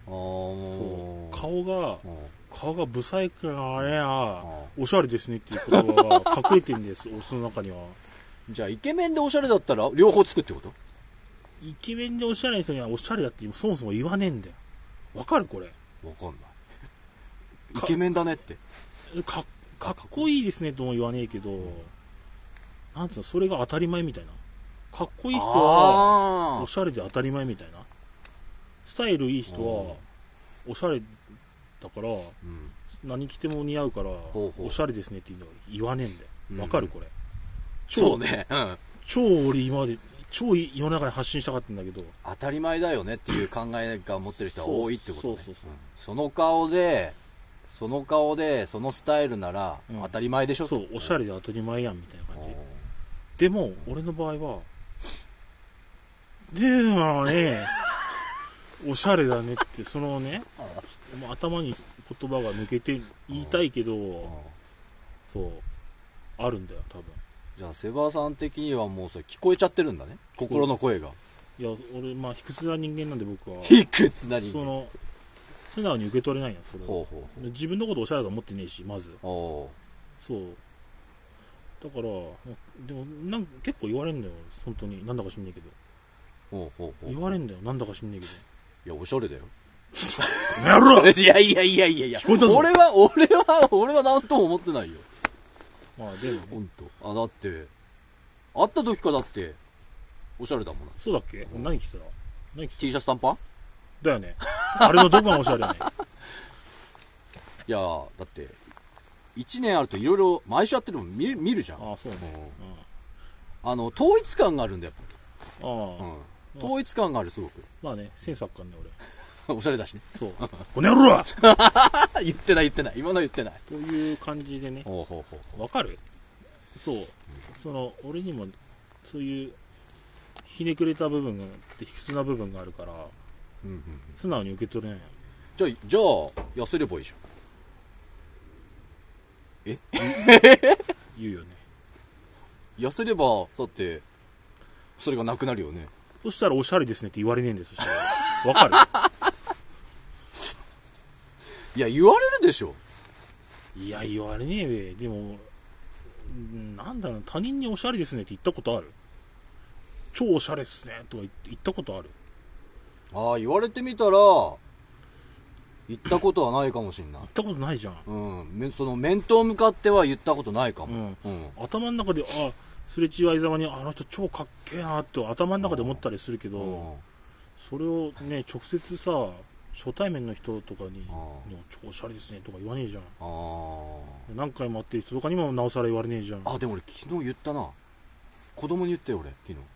S2: そう顔が顔がブサイクなあれやおしゃれですねっていう言葉が隠れてるんですオスの中には。
S1: じゃあイケメンでおしゃれだったら両方つくってこと？
S2: イケメンでおしゃれな人にはおしゃれだってそもそも言わねえんだよ。わかるこれ？
S1: わかんない。イケメンだねって
S2: かかっこいいですねとも言わねえけど、なんつうの、それが当たり前みたいな。かっこいい人はおしゃれで当たり前みたいな。スタイルいい人はおしゃれだから、うん、何着ても似合うからほうほうおしゃれですねっていうのは言わねえんだよ。わかるこれ？
S1: 超そうね、うん、
S2: 超俺今まで超世の中に発信したかったんだけど、
S1: 当たり前だよねっていう考えが持ってる人は多いってことね。そうそうそう、うん、その顔でその顔でそのスタイルなら当たり前でしょ、うん、
S2: そうおしゃれで当たり前やんみたいな感じ。でも俺の場合はでもねおしゃれだねってそのね頭に言葉が抜けて言いたいけどそうあるんだよ多分。
S1: じゃあセバさん的にはもうそれ聞こえちゃってるんだね、心の声が。
S2: いや俺まあ卑屈な人間なんで僕は
S1: 卑屈な人間、
S2: その素直に受け取れないんやそれを。ほうほうほう、自分のことおしゃれだと思ってねえしまず。そうだからでもなん結構言われるんだよ本当に。なんだか知んねえけどほうほうほう言われるんだよなんだか知んねえけど。
S1: いやおしゃれだよ
S2: やろ
S1: いやいやいやいやいや俺は俺は俺は何とも思ってないよ。
S2: まあでもね
S1: 本当あだって会った時からだっておしゃれだもんな。
S2: そうだっけ、うん、何着てた何着てた
S1: T シャツ短パン
S2: だよねあれのどこがおしゃれやね
S1: いやだっていちねんあるといろいろ毎週やってるのも 見, 見るじゃん。
S2: ああそうね、
S1: うん、あの統一感があるんだよ。
S2: ああ、
S1: うん、統一感があるすごく。
S2: まあねセンスあっかんね
S1: 俺おしゃれだしね。
S2: そうこの野郎
S1: 言ってない言ってない今の言ってない
S2: という感じでね。
S1: ほうほうほう
S2: わかる？そう、うん、その俺にもそういうひねくれた部分があって卑屈な部分があるから、うんうんうん、素直に受け取れない。
S1: じゃあじゃあ痩せればいいじゃん。え
S2: 言うよね。
S1: 痩せればだってそれがなくなるよね。
S2: そしたらおしゃれですねって言われねえんです。そしたらわかる？
S1: いや言われるでしょ。
S2: いや言われねえべ。でもなんだろう、他人におしゃれですねって言ったことある？超おしゃれっすねとか言ったことある？
S1: ああ言われてみたら言ったことはないかもしれない。
S2: 言ったことないじゃん。
S1: うん。その面と向かっては言ったことないかも。
S2: うんうん、頭の中であすれ違いざまにあの人超かっけえなって頭の中で思ったりするけど、それをね直接さ初対面の人とかに超おしゃれですねとか言わねえじゃん。あ何回も会ってる人とかにもなおさら言われねえじゃん。
S1: あでも俺昨日言ったな。子供に言ったよ俺昨日。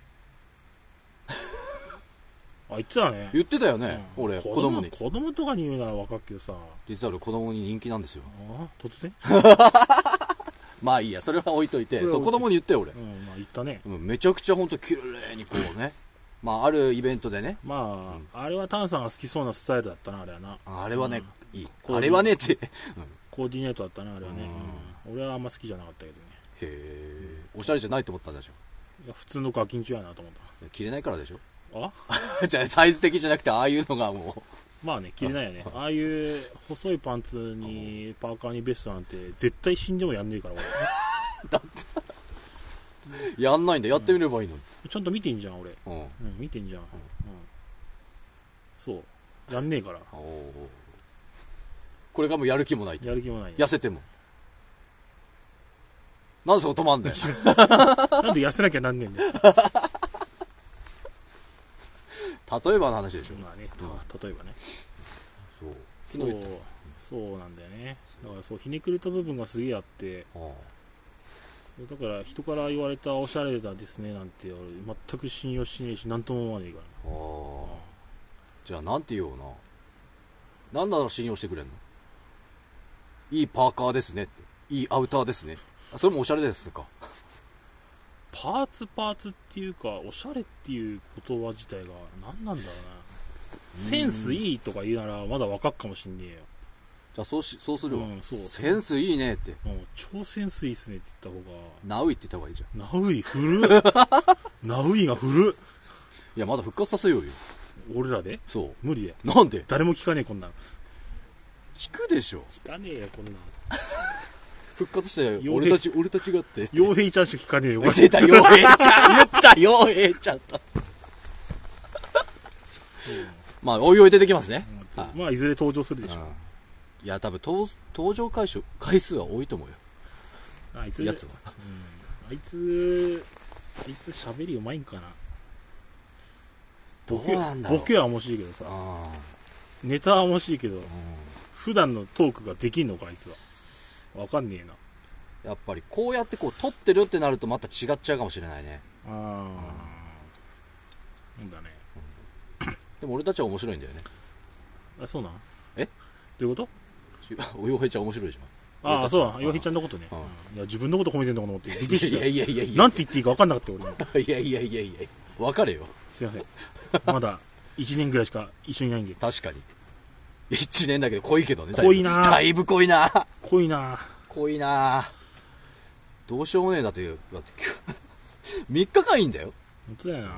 S2: あ言ってたね。
S1: 言ってたよね、うん、俺子供に。
S2: 子供とかに言うなら分かるけどさ。
S1: 実は俺子供に人気なんですよ。
S2: あ突然
S1: まあいいやそれは置いといて。そう子供に言ったよ俺。
S2: うんまあ言ったね、
S1: うん、めちゃくちゃ本当綺麗にこうねまああるイベントでね。
S2: まあ、うん、あれはタンさんが好きそうなスタイルだったなあれはな。
S1: あれはね、うん、いいあれはねって、うん、
S2: コーディネートだったなあれはね、うん、俺はあんま好きじゃなかったけどね。
S1: へえおしゃれじゃないと思ったんでしょ。
S2: いや普通のガキンチョやなと思った。
S1: 着れないからでしょ。
S2: あ
S1: じゃあサイズ的じゃなくてああいうのがも
S2: うまあね着れないよね。ああいう細いパンツにパーカーにベストなんて絶対死んでもやんねえから俺
S1: だってやんないんだ。やってみればいいのに、
S2: うん、ちゃんと見てんじゃん俺、うんうん、見てんじゃん、うんうん、そうやんねえから。
S1: これがもうやる気もない。
S2: やる気もない、ね、
S1: 痩せてもなんでそこ止まんだよ
S2: なんで痩せなきゃなんねえんだよ
S1: 例えばの話でしょ。
S2: まあね、うん、例えばね。そうそうそうなんだよね。だからそうひねくれた部分がすげえあって、ああそうだから人から言われたおしゃれだですねなんて俺全く信用しねえし何とも思わねえからな。ああ
S1: じゃあなんて言おうな。なんなら信用してくれんの。いいパーカーですねって、いいアウターですね。それもおしゃれですか。
S2: パーツパーツっていうかおしゃれっていう言葉自体が何なんだろうな。センスいいとか言うならまだ分かっかもしんねえよ。
S1: じゃあそうしそうするわ、うん、そうセンスいいねって、
S2: うん、超センスいいっすねって言った方
S1: が。ナウイって言った方がいいじゃん。
S2: ナウイ古っナウイが古っ。
S1: いやまだ復活させようよ。
S2: 俺らで？
S1: そう
S2: 無理や。
S1: なんで？
S2: 誰も聞かねえこんなん。
S1: 聞くでしょ。
S2: 聞かねえよこんなん。
S1: 復活したよ。俺たち俺たちがって。
S2: 傭兵ちゃんしか聞かねえよ。
S1: 出た傭兵ちゃん言った傭兵ちゃんと。まあおいおい出てきますね。
S2: うん、まあいずれ登場するでしょう。
S1: いや多分登登場回数回数は多いと思うよ。
S2: あいつ
S1: やつは、
S2: うん、あいつあいつ喋りうまいんかな。
S1: どうなんだろう。
S2: ボケは面白いけどさ、ネタは面白いけど、うん、普段のトークができんのかあいつは。わかんねえな。
S1: やっぱりこうやってこう撮ってるってなるとまた違っちゃうかもしれないね。ああ、
S2: うん、だね、
S1: うん、でも俺たちは面白いんだよね。
S2: あ、そうなん？
S1: え？
S2: どういうこと？
S1: およへちゃん面白いじ
S2: ゃん。ああ、そうだ、よへちゃんのことね、うん、いや自分のこと褒めてんのかと思ってびっくりした。
S1: いやいやいやいや、
S2: なんて言っていいか分かんなかった俺も。
S1: いやいやいやいや、分かれよ。
S2: すいません、まだいちねんぐらいしか一緒にいないんで。
S1: 確かにいちねんだけど濃いけどね。
S2: 濃いな、
S1: だいぶ濃いな、
S2: 濃いな
S1: 濃いな。どうしようもねえだという。だってみっかかんいいんだよ。
S2: 本当だよな、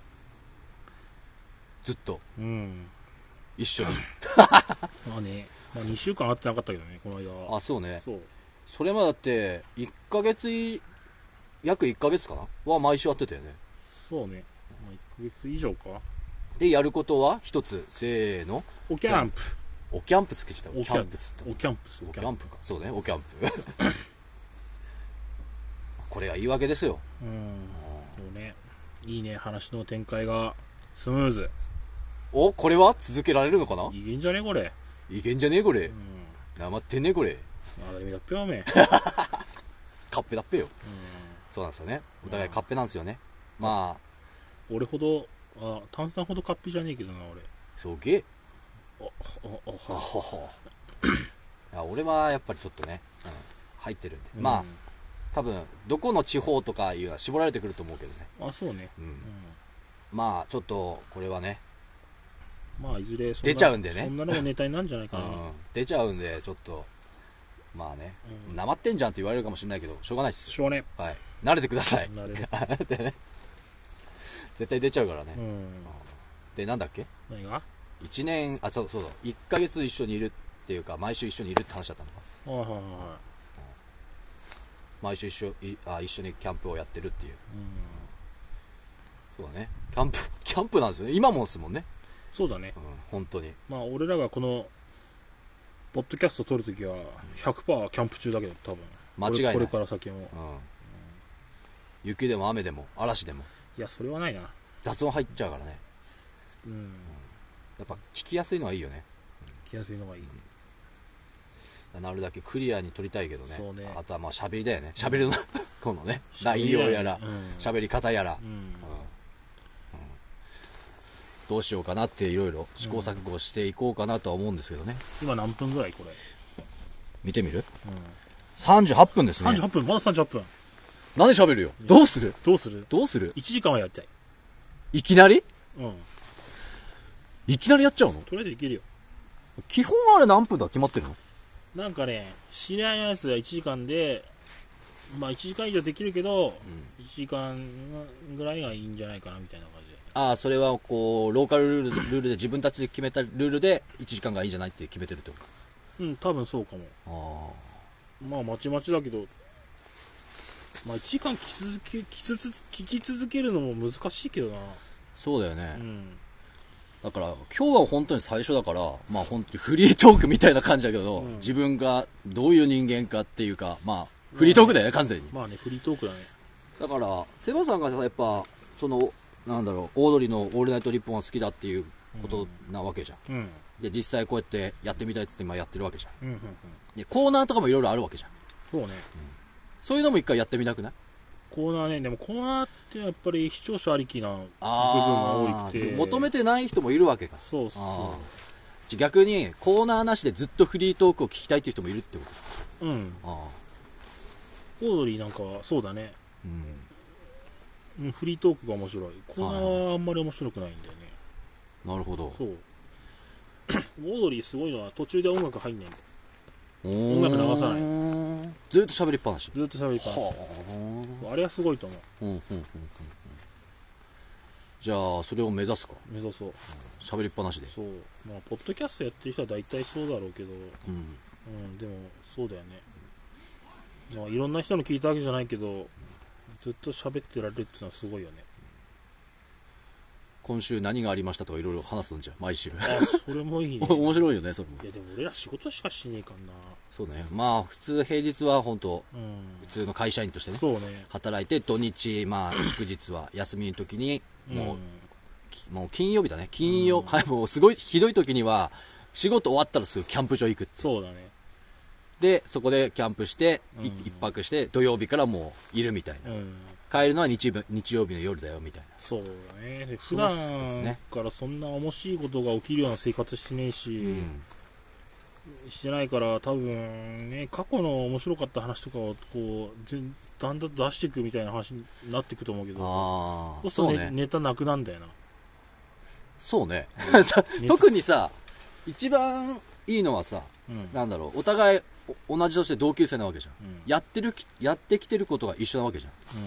S1: ずっと、
S2: うん、
S1: 一緒に
S2: まあね、まあ、にしゅうかん会ってなかったけどねこの間は。
S1: あ、そうね。
S2: そう、
S1: それまでだっていっかげつい約いっかげつかなは毎週会ってたよね。
S2: そうね、まあ、いっかげつ以上か。
S1: でやることは一つ、せーの、
S2: おキャンプ。
S1: おキャンプつけちゃった。おキャンプつった。
S2: おキャンプ
S1: おキャンプか。そうね、おキャンプこれが言い訳ですよ。
S2: うん、そうね、いいね、話の展開がスムーズ。
S1: お、これは続けられるのかな。
S2: いけんじゃねこれ。
S1: いけんじゃねこれ、うん、なまってんねこれ。
S2: あれだっぺよおめえ
S1: カッペだっぺよ、うん、そうなんですよね、お互いカッペなんですよね、うん、まあ
S2: 俺ほど、あ、炭酸ほどカッペじゃねえけどな俺。
S1: そうげえ。
S2: あああは
S1: あ俺はやっぱりちょっとね、うん、入ってるんで、うん、まあ多分どこの地方とかいうのは絞られてくると思うけどね。
S2: あ、そうね、
S1: うんうん、まあちょっとこれはね、
S2: まあいずれ
S1: 出ちゃうんでね、
S2: そんなのがネタになるんじゃないかな、うん、
S1: 出ちゃうんでちょっとまあね、うん、なまってんじゃんって言われるかもしれないけどしょうがないっす。
S2: しょうがね、
S1: はい、慣れてください。
S2: 慣れ
S1: るね絶対出ちゃうからね、
S2: うん、
S1: でなんだっけ、
S2: 何が
S1: いちねん、あ、そうそう、いっかげつ一緒にいるっていうか毎週一緒にいるって話だったのか。
S2: はいはいはい、
S1: 毎週一緒いあ一緒にキャンプをやってるっていう、うん、そうだね、キャンプキャンプなんですよね今もですもんね。
S2: そうだね、
S1: うん、本当に。
S2: まあ俺らがこのポッドキャスト撮るときは ひゃくパーセント キャンプ中だけど多分
S1: 間違いない。
S2: これから先も、うんうん、
S1: 雪でも雨でも嵐でも。
S2: いやそれはないな、
S1: 雑音入っちゃうからね、
S2: うんうん、
S1: やっぱ聞きやすいのはいいよね。
S2: 聞きやすいのがいい、
S1: うん、なるだけクリアに撮りたいけど ね,
S2: そうね、
S1: あとはまあ喋りだよね、喋りのこのね内容やら喋、うん、り方やら、うんうん、どうしようかなっていろいろ試行錯誤していこうかなとは思うんですけどね、
S2: うん、今何分ぐらいこれ
S1: 見てみる、うん、さんじゅうはっぷんですね。
S2: さんじゅうはっぷん、まださんじゅうはっぷん。
S1: 何喋るよ。どうする
S2: どうする
S1: どうする
S2: ?いち 時間はやりたい。
S1: いきなり、
S2: うん、
S1: いきなりやっちゃうの？
S2: とりあえずいけるよ。
S1: 基本あれ何分だ決まってるの？
S2: なんかね、知り合いのやつはいちじかんで、まあいちじかん以上できるけど、うん、いちじかんぐらいがいいんじゃないかなみたいな感じで。
S1: ああ、それはこうローカルルール、ルールで自分たちで決めたルールでいちじかんがいいんじゃないって決めてるってことか。
S2: うん、多分そうかも。ああ、まあまちまちだけど、まあいちじかん聞き続け、聞き続け、聞き続けるのも難しいけどな。
S1: そうだよね、
S2: うん、
S1: だから今日は本当に最初だから、まあ本当にフリートークみたいな感じだけど、うん、自分がどういう人間かっていうか、まあフリートークだよね、完全に。
S2: まあね、フリートークだね。だ
S1: からセバさんがやっぱそのなんだろう、オードリーのオールナイトリッポンが好きだっていうことなわけじゃん、うん、で実際こうやってやってみたいって言って今やってるわけじゃん、うんうんうん、でコーナーとかもいろいろあるわけじゃん。
S2: そうね、うん、
S1: そういうのも一回やってみたくない？
S2: コーナーね、でもコーナーってやっぱり視聴者ありきな部分が多くて、
S1: 求めてない人もいるわけか。
S2: そうそう
S1: 逆にコーナーなしでずっとフリートークを聞きたいっていう人もいるってこと。
S2: うん。ああ、オードリーなんかはそうだね、うん、フリートークが面白い。コーナーはあんまり面白くないんだよね。
S1: なるほど。
S2: そうオードリーすごいのは途中で音楽入んないんだよ。音楽流さない。
S1: ずっと喋りっぱなし。
S2: ずっと喋りっぱなし。あれはすごいと思う。うんうんうんうん。
S1: じゃあそれを目指すか。
S2: 目指そう
S1: 喋、うん、りっぱなしで。
S2: そう、まあポッドキャストやってる人は大体そうだろうけど、
S1: うん、
S2: うん、でもそうだよね。まあいろんな人の聞いたわけじゃないけどずっと喋ってられるっていうのはすごいよね。
S1: 今週何がありましたとかいろいろ話すんじゃん毎週。
S2: あ、それもいいね。
S1: 面白いよねそれも。
S2: いやでも俺ら仕事しかしねえかんな。
S1: そうね、まあ普通平日は本当、うん、普通の会社員としてね、
S2: そうね、
S1: 働いて土日まあ祝日は休みの時にもう、うん、もう金曜日だね金曜、うん、はい、もうすごいひどい時には仕事終わったらすぐキャンプ場行くって。
S2: そうだね。
S1: でそこでキャンプして、うん、一泊して土曜日からもういるみたいな、うん、帰るのは 日, 日曜日の夜だよみたいな。
S2: そうだね。普段からそんな面白いことが起きるような生活してねえし、うん、してないから多分ね過去の面白かった話とかをこうだんだん出していくみたいな話になっていくと思うけど、あそうすると、ね、ネタなくなんだよな。
S1: そうね、うん、特にさ一番いいのはさ、うん、なんだろう、お互い同じとして同級生なわけじゃん、うん、やってるやってきてることが一緒なわけじゃん、うん、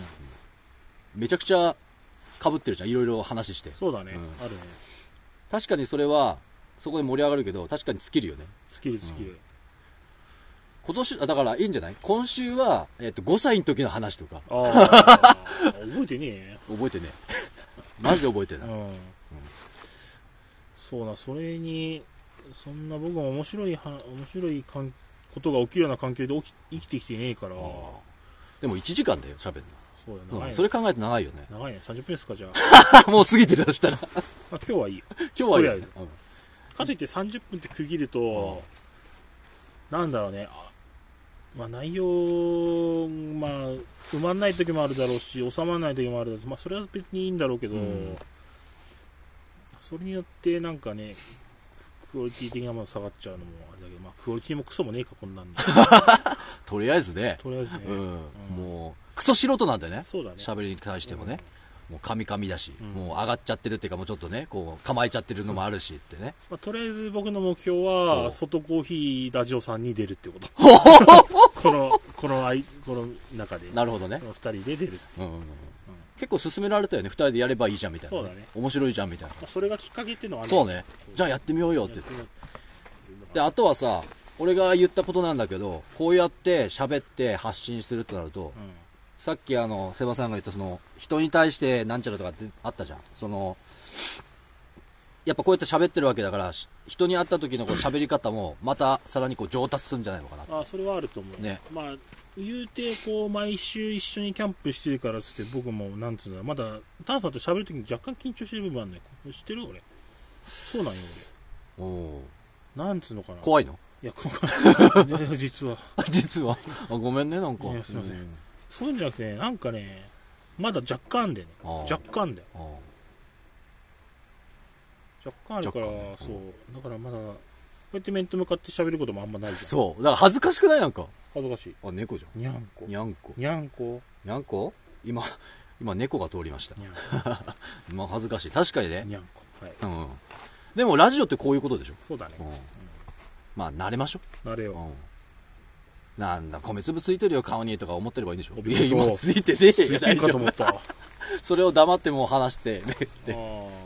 S1: めちゃくちゃ被ってるじゃん、いろいろ話して。
S2: そうだね、うん、あるね。
S1: 確かにそれはそこで盛り上がるけど確かに尽きるよね。
S2: 尽きる尽きる、うん、
S1: 今年だからいいんじゃない。今週は、えー、とごさいの時の話とか。
S2: あ覚えてねえ
S1: 覚えてねえマジで覚えてない、うんうん、
S2: そうな、それにそんな僕も面白いは面白いかんことが起きるような環境で起き生きてきてねえから。
S1: でもいちじかんだよ喋るの。
S2: そうだね、
S1: うん、それ考えると長いよね。
S2: 長いね。さんじゅっぷんですか。じゃ
S1: あもう過ぎてるとしたら
S2: まあ今日はいいよ。
S1: 今日はいい、うん、
S2: かといってさんじゅっぷんって区切ると、うん、なんだろうね、まあ、内容、まあ、埋まんない時もあるだろうし収まらない時もあるだろうし、まあ、それは別にいいんだろうけど、うん、それによってなんかねクオリティ的なもの下がっちゃうのもあれだけど、まあ、クオリティもクソもねえかこんなんで
S1: とりあえずね、
S2: とりあえずね、
S1: うんうん、もうクソ素人なんだよね。
S2: そうだね、
S1: 喋りに対してもね、うん、もうカミカミだし、うん、もう上がっちゃってるっていうかもうちょっとねこう構えちゃってるのもあるしってね、
S2: まあ、とりあえず僕の目標は外コーヒーラジオさんに出るってことこのこのあいこの中で。
S1: なるほどね、
S2: このふたりで出る、うんうんうん、
S1: 結構勧められたよね。ふたりでやればいいじゃんみたいな、ね、
S2: そうだね、
S1: 面白いじゃんみたいな、
S2: まあ、それがきっかけっていうのはある。
S1: そうね、じゃあやってみようよって言って。であとはさ俺が言ったことなんだけど、こうやって喋って発信するってなると、うん、さっきあのセバさんが言ったその人に対してなんちゃらとかってあったじゃん。そのやっぱこうやって喋ってるわけだから人に会った時のこう喋り方もまたさらにこう上達するんじゃないのかなって。
S2: あそれはあると思うね。まあ言うてこう毎週一緒にキャンプしてるからつって僕もなんつうのまだタンさんと喋る時に若干緊張してる部分あるんだよ。知ってる俺。そうなんよ俺。おなんつうのかな。
S1: 怖いの？
S2: いや怖い実は
S1: 実はあごめんねなんか。いや
S2: すいません、うん、そういうんじゃなくて、ね、なんかねまだ若干でね若干で若干あるから、ね、そうだからまだこうやって面と向かって喋ることもあんまないじゃん。
S1: そうだから恥ずかしくない？なんか
S2: 恥ずかしい。
S1: あ猫じゃん。
S2: にゃんこ
S1: にゃんこ
S2: にゃんこ
S1: にゃんこ今今猫が通りました。まあ恥ずかしい確かにね。
S2: にゃんこ、はい、
S1: うん、でもラジオってこういうことでしょ。
S2: そうだね、うんうん、
S1: まあ慣れましょ
S2: う。慣れよう、
S1: うん、なんだ米粒ついてるよ顔にとか思ってればいいんでしょ。いや今ついてねえよ。つ
S2: いてんかと思った
S1: それを黙ってもう話してねって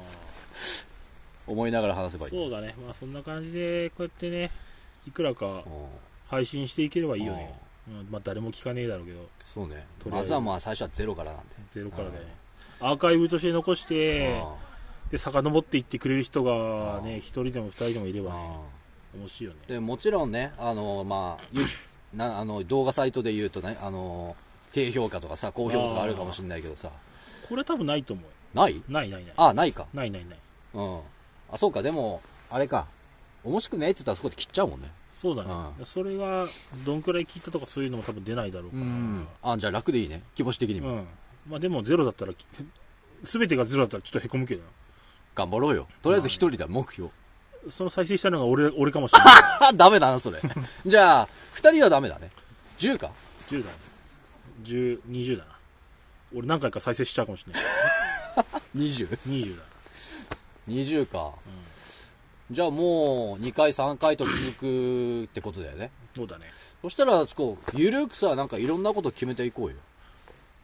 S1: 思いながら話せばいい。
S2: そうだね、まあそんな感じでこうやってねいくらか配信していければいいよね。うん、まあ誰も聞かねえだろうけど。
S1: そうね、まずはまあ最初はゼロからなんで。
S2: ゼロからだよね。アーカイブとして残してで遡っていってくれる人がね一人でも二人でもいればね面白いよね。
S1: でもちろんねあのまあなあの動画サイトで言うとねあの低評価とかさ高評価とかあるかもしれないけどさ、
S2: これ多分ないと思う。
S1: ない
S2: ないないない。
S1: あないか。
S2: ないないない。
S1: うん。あそうか。でもあれか面白くねえって言ったらそこで切っちゃうもんね。
S2: そうだね、うん、それがどんくらい聞いたとかそういうのも多分出ないだろうから。うん、
S1: あじゃあ楽でいいね気持ち的にも。うん、
S2: まあでもゼロだったら全てがゼロだったらちょっとへこむけどな。
S1: 頑張ろうよとりあえず一人だ目標。
S2: その再生したのが 俺, 俺かもしれない
S1: ダメだなそれじゃあふたりはダメだね。じゅうか
S2: じゅうだね。じゅう、にじゅうだな。俺何回か再生しちゃうかもしれない
S1: にじゅう
S2: にじゅうだ
S1: にじゅうか、うん、じゃあもうにかいさんかいと続くってことだよね。
S2: そうだね。
S1: そしたらこうゆるくさなんかいろんなこと決めていこうよ。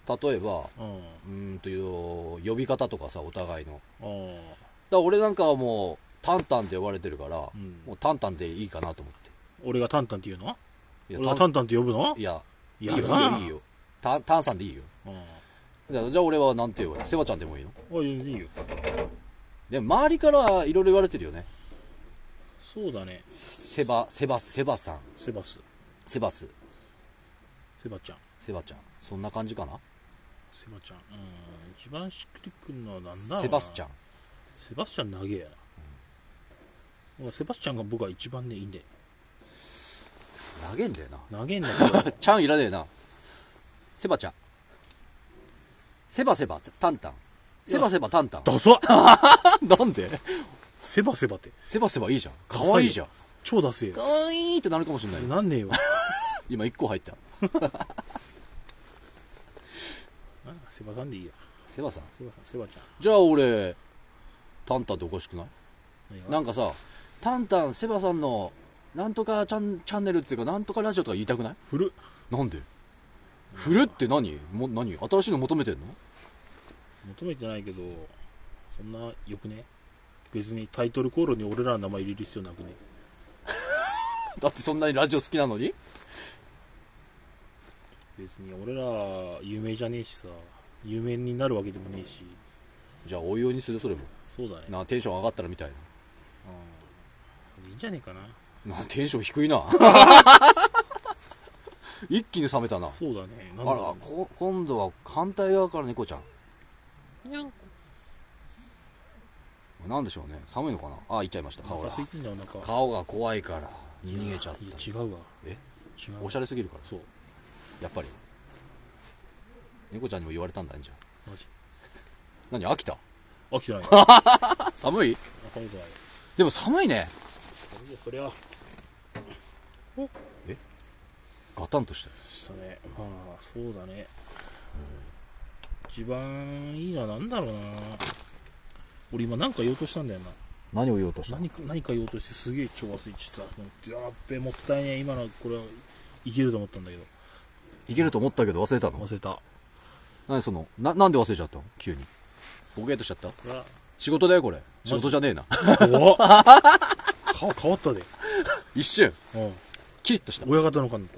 S1: 例えば、うん、うんという呼び方とかさ、お互いの。だから俺なんかはもうタンタンって呼ばれてるから、うん、もうタンタンでいいかなと思って。
S2: 俺がタンタンって言うの？いや俺がタンタンって呼ぶの？
S1: いや、いいよいいよいいよ。タンタンさんでいいよ。じゃあ俺はなんて言うわ、セバちゃんでもいいの？
S2: あ、いいよ。
S1: でも周りからいろいろ言われてるよね。
S2: そうだね。
S1: セバセバスセバさん。
S2: セバス。
S1: セバス。
S2: セバちゃん。
S1: セバちゃん。そんな感じかな。
S2: セバちゃん。うん。一番しっくりくるのはなんだろうな。
S1: セバスチャン。
S2: セバスチャン長えやな。うん、セバスチャンが僕は一番ねいいんで。
S1: 長えんだよな。
S2: 長えんだけど。
S1: ちゃんいらねえな。セバちゃん。セバセバタンタン。セバセバタンタン。
S2: ダサ
S1: なんで？
S2: セバセバって。
S1: セバセバいいじゃん。かわいいじゃん。
S2: 超ダセえよ。
S1: かわいいってなるかもしれない。
S2: なんねえよ。
S1: 今いっこ入った。
S2: セバさんでいいよ。
S1: セバさん。
S2: セバさん、セバちゃん。
S1: じゃあ俺タンタンっておかしくない？なんかさ、タンタンセバさんのなんとかチャン、チャンネルっていうかなんとかラジオとか言いたくない？
S2: 古っ。
S1: なんで？古って何？も何？新しいの求めてんの？
S2: 求めてないけど、そんなよくね？別にタイトルコールに俺らの名前入れる必要なくね？
S1: だってそんなにラジオ好きなのに？
S2: 別に俺ら有名じゃねえしさ、有名になるわけでもねえし。
S1: じゃあおいおいにする？それも
S2: そうだね。
S1: な、テンション上がったらみたいな。
S2: いいんじゃねえかな。
S1: な、テンション低いな。一気に冷めたな。
S2: そうだね。
S1: なんだろうね。あら、こ今度は反対側から猫ちゃん。にゃんこ。なんでしょうね。寒いのかな。あ、行っちゃいました。顔が。顔が怖いから逃げちゃった。
S2: いや、違うわ。
S1: え？
S2: 違う。
S1: おしゃれすぎるから。
S2: そう。
S1: やっぱり。猫ちゃんにも言われたんだんじゃん。
S2: マジ。
S1: 何？飽きた？
S2: 飽きてない。
S1: 寒い？
S2: 寒くない。
S1: でも寒いね。
S2: 寒いよ、そりゃ。
S1: お？え？ガタンとした。
S2: そうね。まあ、そうだね。一番いいのはなんだろうな。俺今何か言おうとしたんだよな。
S1: 何を言おうとした？
S2: 何か何か言おうとしてすげえ超忘れちゃった。やっべ、もったいねえ。今のこれはいけると思ったんだけど。
S1: いけると思ったけど忘れたの？
S2: 忘れた。
S1: 何そのな、なんで忘れちゃったの？急にボケーとしちゃった？仕事だよこれ。仕事じゃねえな。
S2: 怖っ。顔変わったで。
S1: 一瞬。
S2: うん。
S1: キリッとした。
S2: 親方の感だった。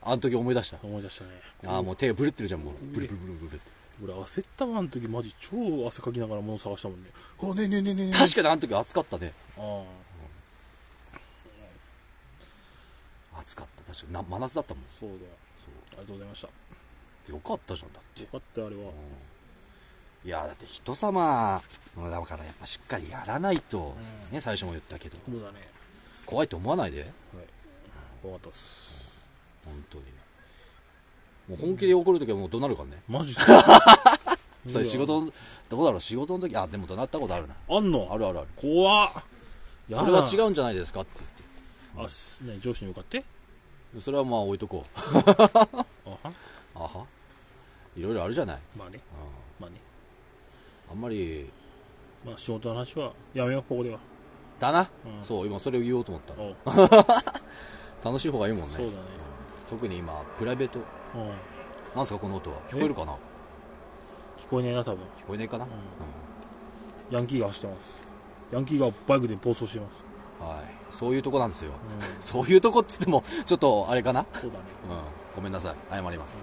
S1: あの時思い出した。
S2: 思い出したね。
S1: ああ、もう手がブルってるじゃん。もうブルブルブルブルって。
S2: 俺焦ったわ。あの時マジ超汗かきながら物探したもんね。あ、ねえねえねえねえ。
S1: 確かにあの時暑かったね。ああ、うん、暑かった。確かにな、真夏だったもん。
S2: そうだよ。そう、ありがとうございました。
S1: よかったじゃん。だって
S2: よかったあれは、うん、
S1: いやだって人様だからやっぱしっかりやらないと、うん、ね、最初も言ったけど。
S2: そうだね。
S1: 怖いと思わないで。はい、
S2: 怖かったっす、
S1: うん、本当に。もう本気で怒るときはもう怒鳴るからね。
S2: マジで
S1: それ仕事どうだろう。仕事の時、あ、でも怒鳴ったことあるな。
S2: あんの？
S1: あるあるある。
S2: 怖っ。
S1: これは違うんじゃないですかって
S2: 言って。あ、ね、上司に向かって。
S1: それはまあ置いとこう。あはあはいろいろあるじゃない。
S2: まあね、うん、まあね、
S1: あんまり
S2: まあ仕事の話はやめよう。ここでは
S1: だな、うん、そう今それを言おうと思った楽しい方がいいもんね。
S2: そうだね。
S1: 特に今プライベート、うん、なんですかこの音は。聞こえるかな？
S2: 聞こえねえな多分。
S1: 聞こえねえかな、うん
S2: うん、ヤンキーが走ってます。ヤンキーがバイクで暴走してます。
S1: はい、そういうとこなんですよ、うん、そういうとこっつってもちょっとあれかな。
S2: そうだね、
S1: うん、ごめんなさい、謝ります、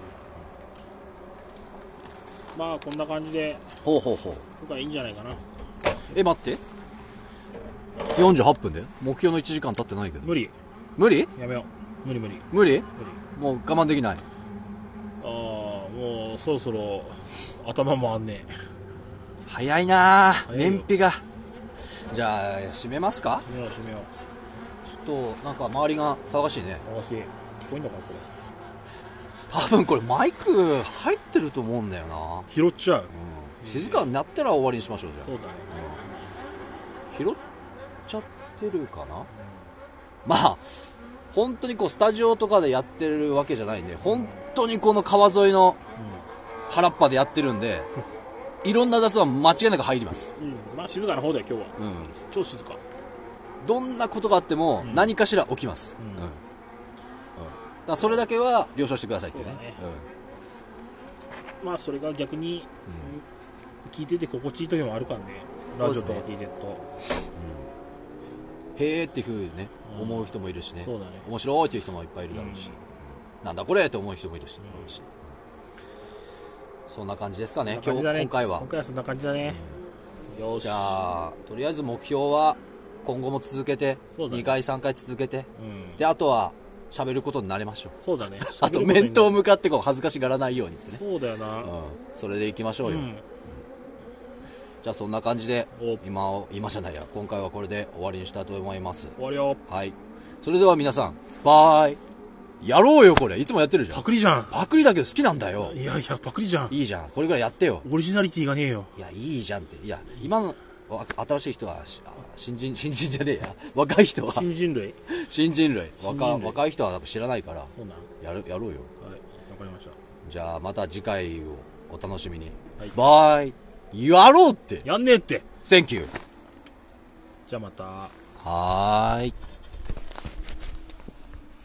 S2: うん、まあこんな感じで
S1: ほうほうほう
S2: 僕はいいんじゃないかな。
S1: え、待ってよんじゅうはっぷんで目標のいちじかん経ってないけど。
S2: 無理
S1: 無理？
S2: やめよう。無理無理
S1: 無理？
S2: 無理。
S1: もう我慢できない。
S2: ああ、もうそろそろ頭もあんねえ。
S1: 早いなぁ、燃費が。じゃあ閉めますか。
S2: 閉めよう閉めよ
S1: う。ちょっとなんか周りが騒がしいね。
S2: 騒がしい。聞こえんのかなこ
S1: れ。多分これマイク入ってると思うんだよな。
S2: 拾っちゃう、
S1: うん、静かになったら終わりにしましょう。じゃあ
S2: そうだね、
S1: うん、拾っちゃってるかな、うん、まあ本当にこうスタジオとかでやってるわけじゃないんで、本当にこの川沿いの原っぱでやってるんで、いろんな雑談間違いなく入ります、
S2: うん、まあ静かな方だよ今日は、うん、超静か。
S1: どんなことがあっても何かしら起きます、うんうんうん、だからそれだけは了承してくださいっていうね。
S2: まあそれが逆に、うん、聞いてて心地いい時もあるからね、ラジオとか聞いてると、
S1: うん、へーっていうふうにね、うん、思う人もいるしね、
S2: そうだね、
S1: 面白いっていう人もいっぱいいるだろうし、うん、なんだこれって思う人もいるし、うん、そんな感じですかね、今日今回は
S2: 今回はそんな感じだね、うん、よし、
S1: じゃあとりあえず目標は今後も続けて、にかいさんかい続けて、うん、であとは喋ることになれましょう。
S2: そうだね。
S1: あと面と向かってこう恥ずかしがらないようにってね。
S2: そうだよな。
S1: うん、それでいきましょうよ。うん、じゃあそんな感じで今を今じゃないや今回はこれで終わりにしたいと思います。
S2: 終わりよ。
S1: はい。それでは皆さんバイ。やろうよこれいつもやってるじゃん。
S2: パクリじゃん。
S1: パクリだけど好きなんだよ。
S2: いやいやパクリじゃん。
S1: いいじゃんこれぐらいやってよ。
S2: オリジナリティがねえよ。
S1: いやいいじゃんって。いや今の新しい人は新人新人じゃねえや若い人は
S2: 新人類
S1: 新人類 若, 若い人は多分知らないから
S2: そうなん
S1: やるやろうよ。はい、わ
S2: かりました。
S1: じゃあまた次回をお楽しみに。はい、バイ。やろうって
S2: やんねえって。
S1: センキュー。
S2: じゃあまた。
S1: はーい。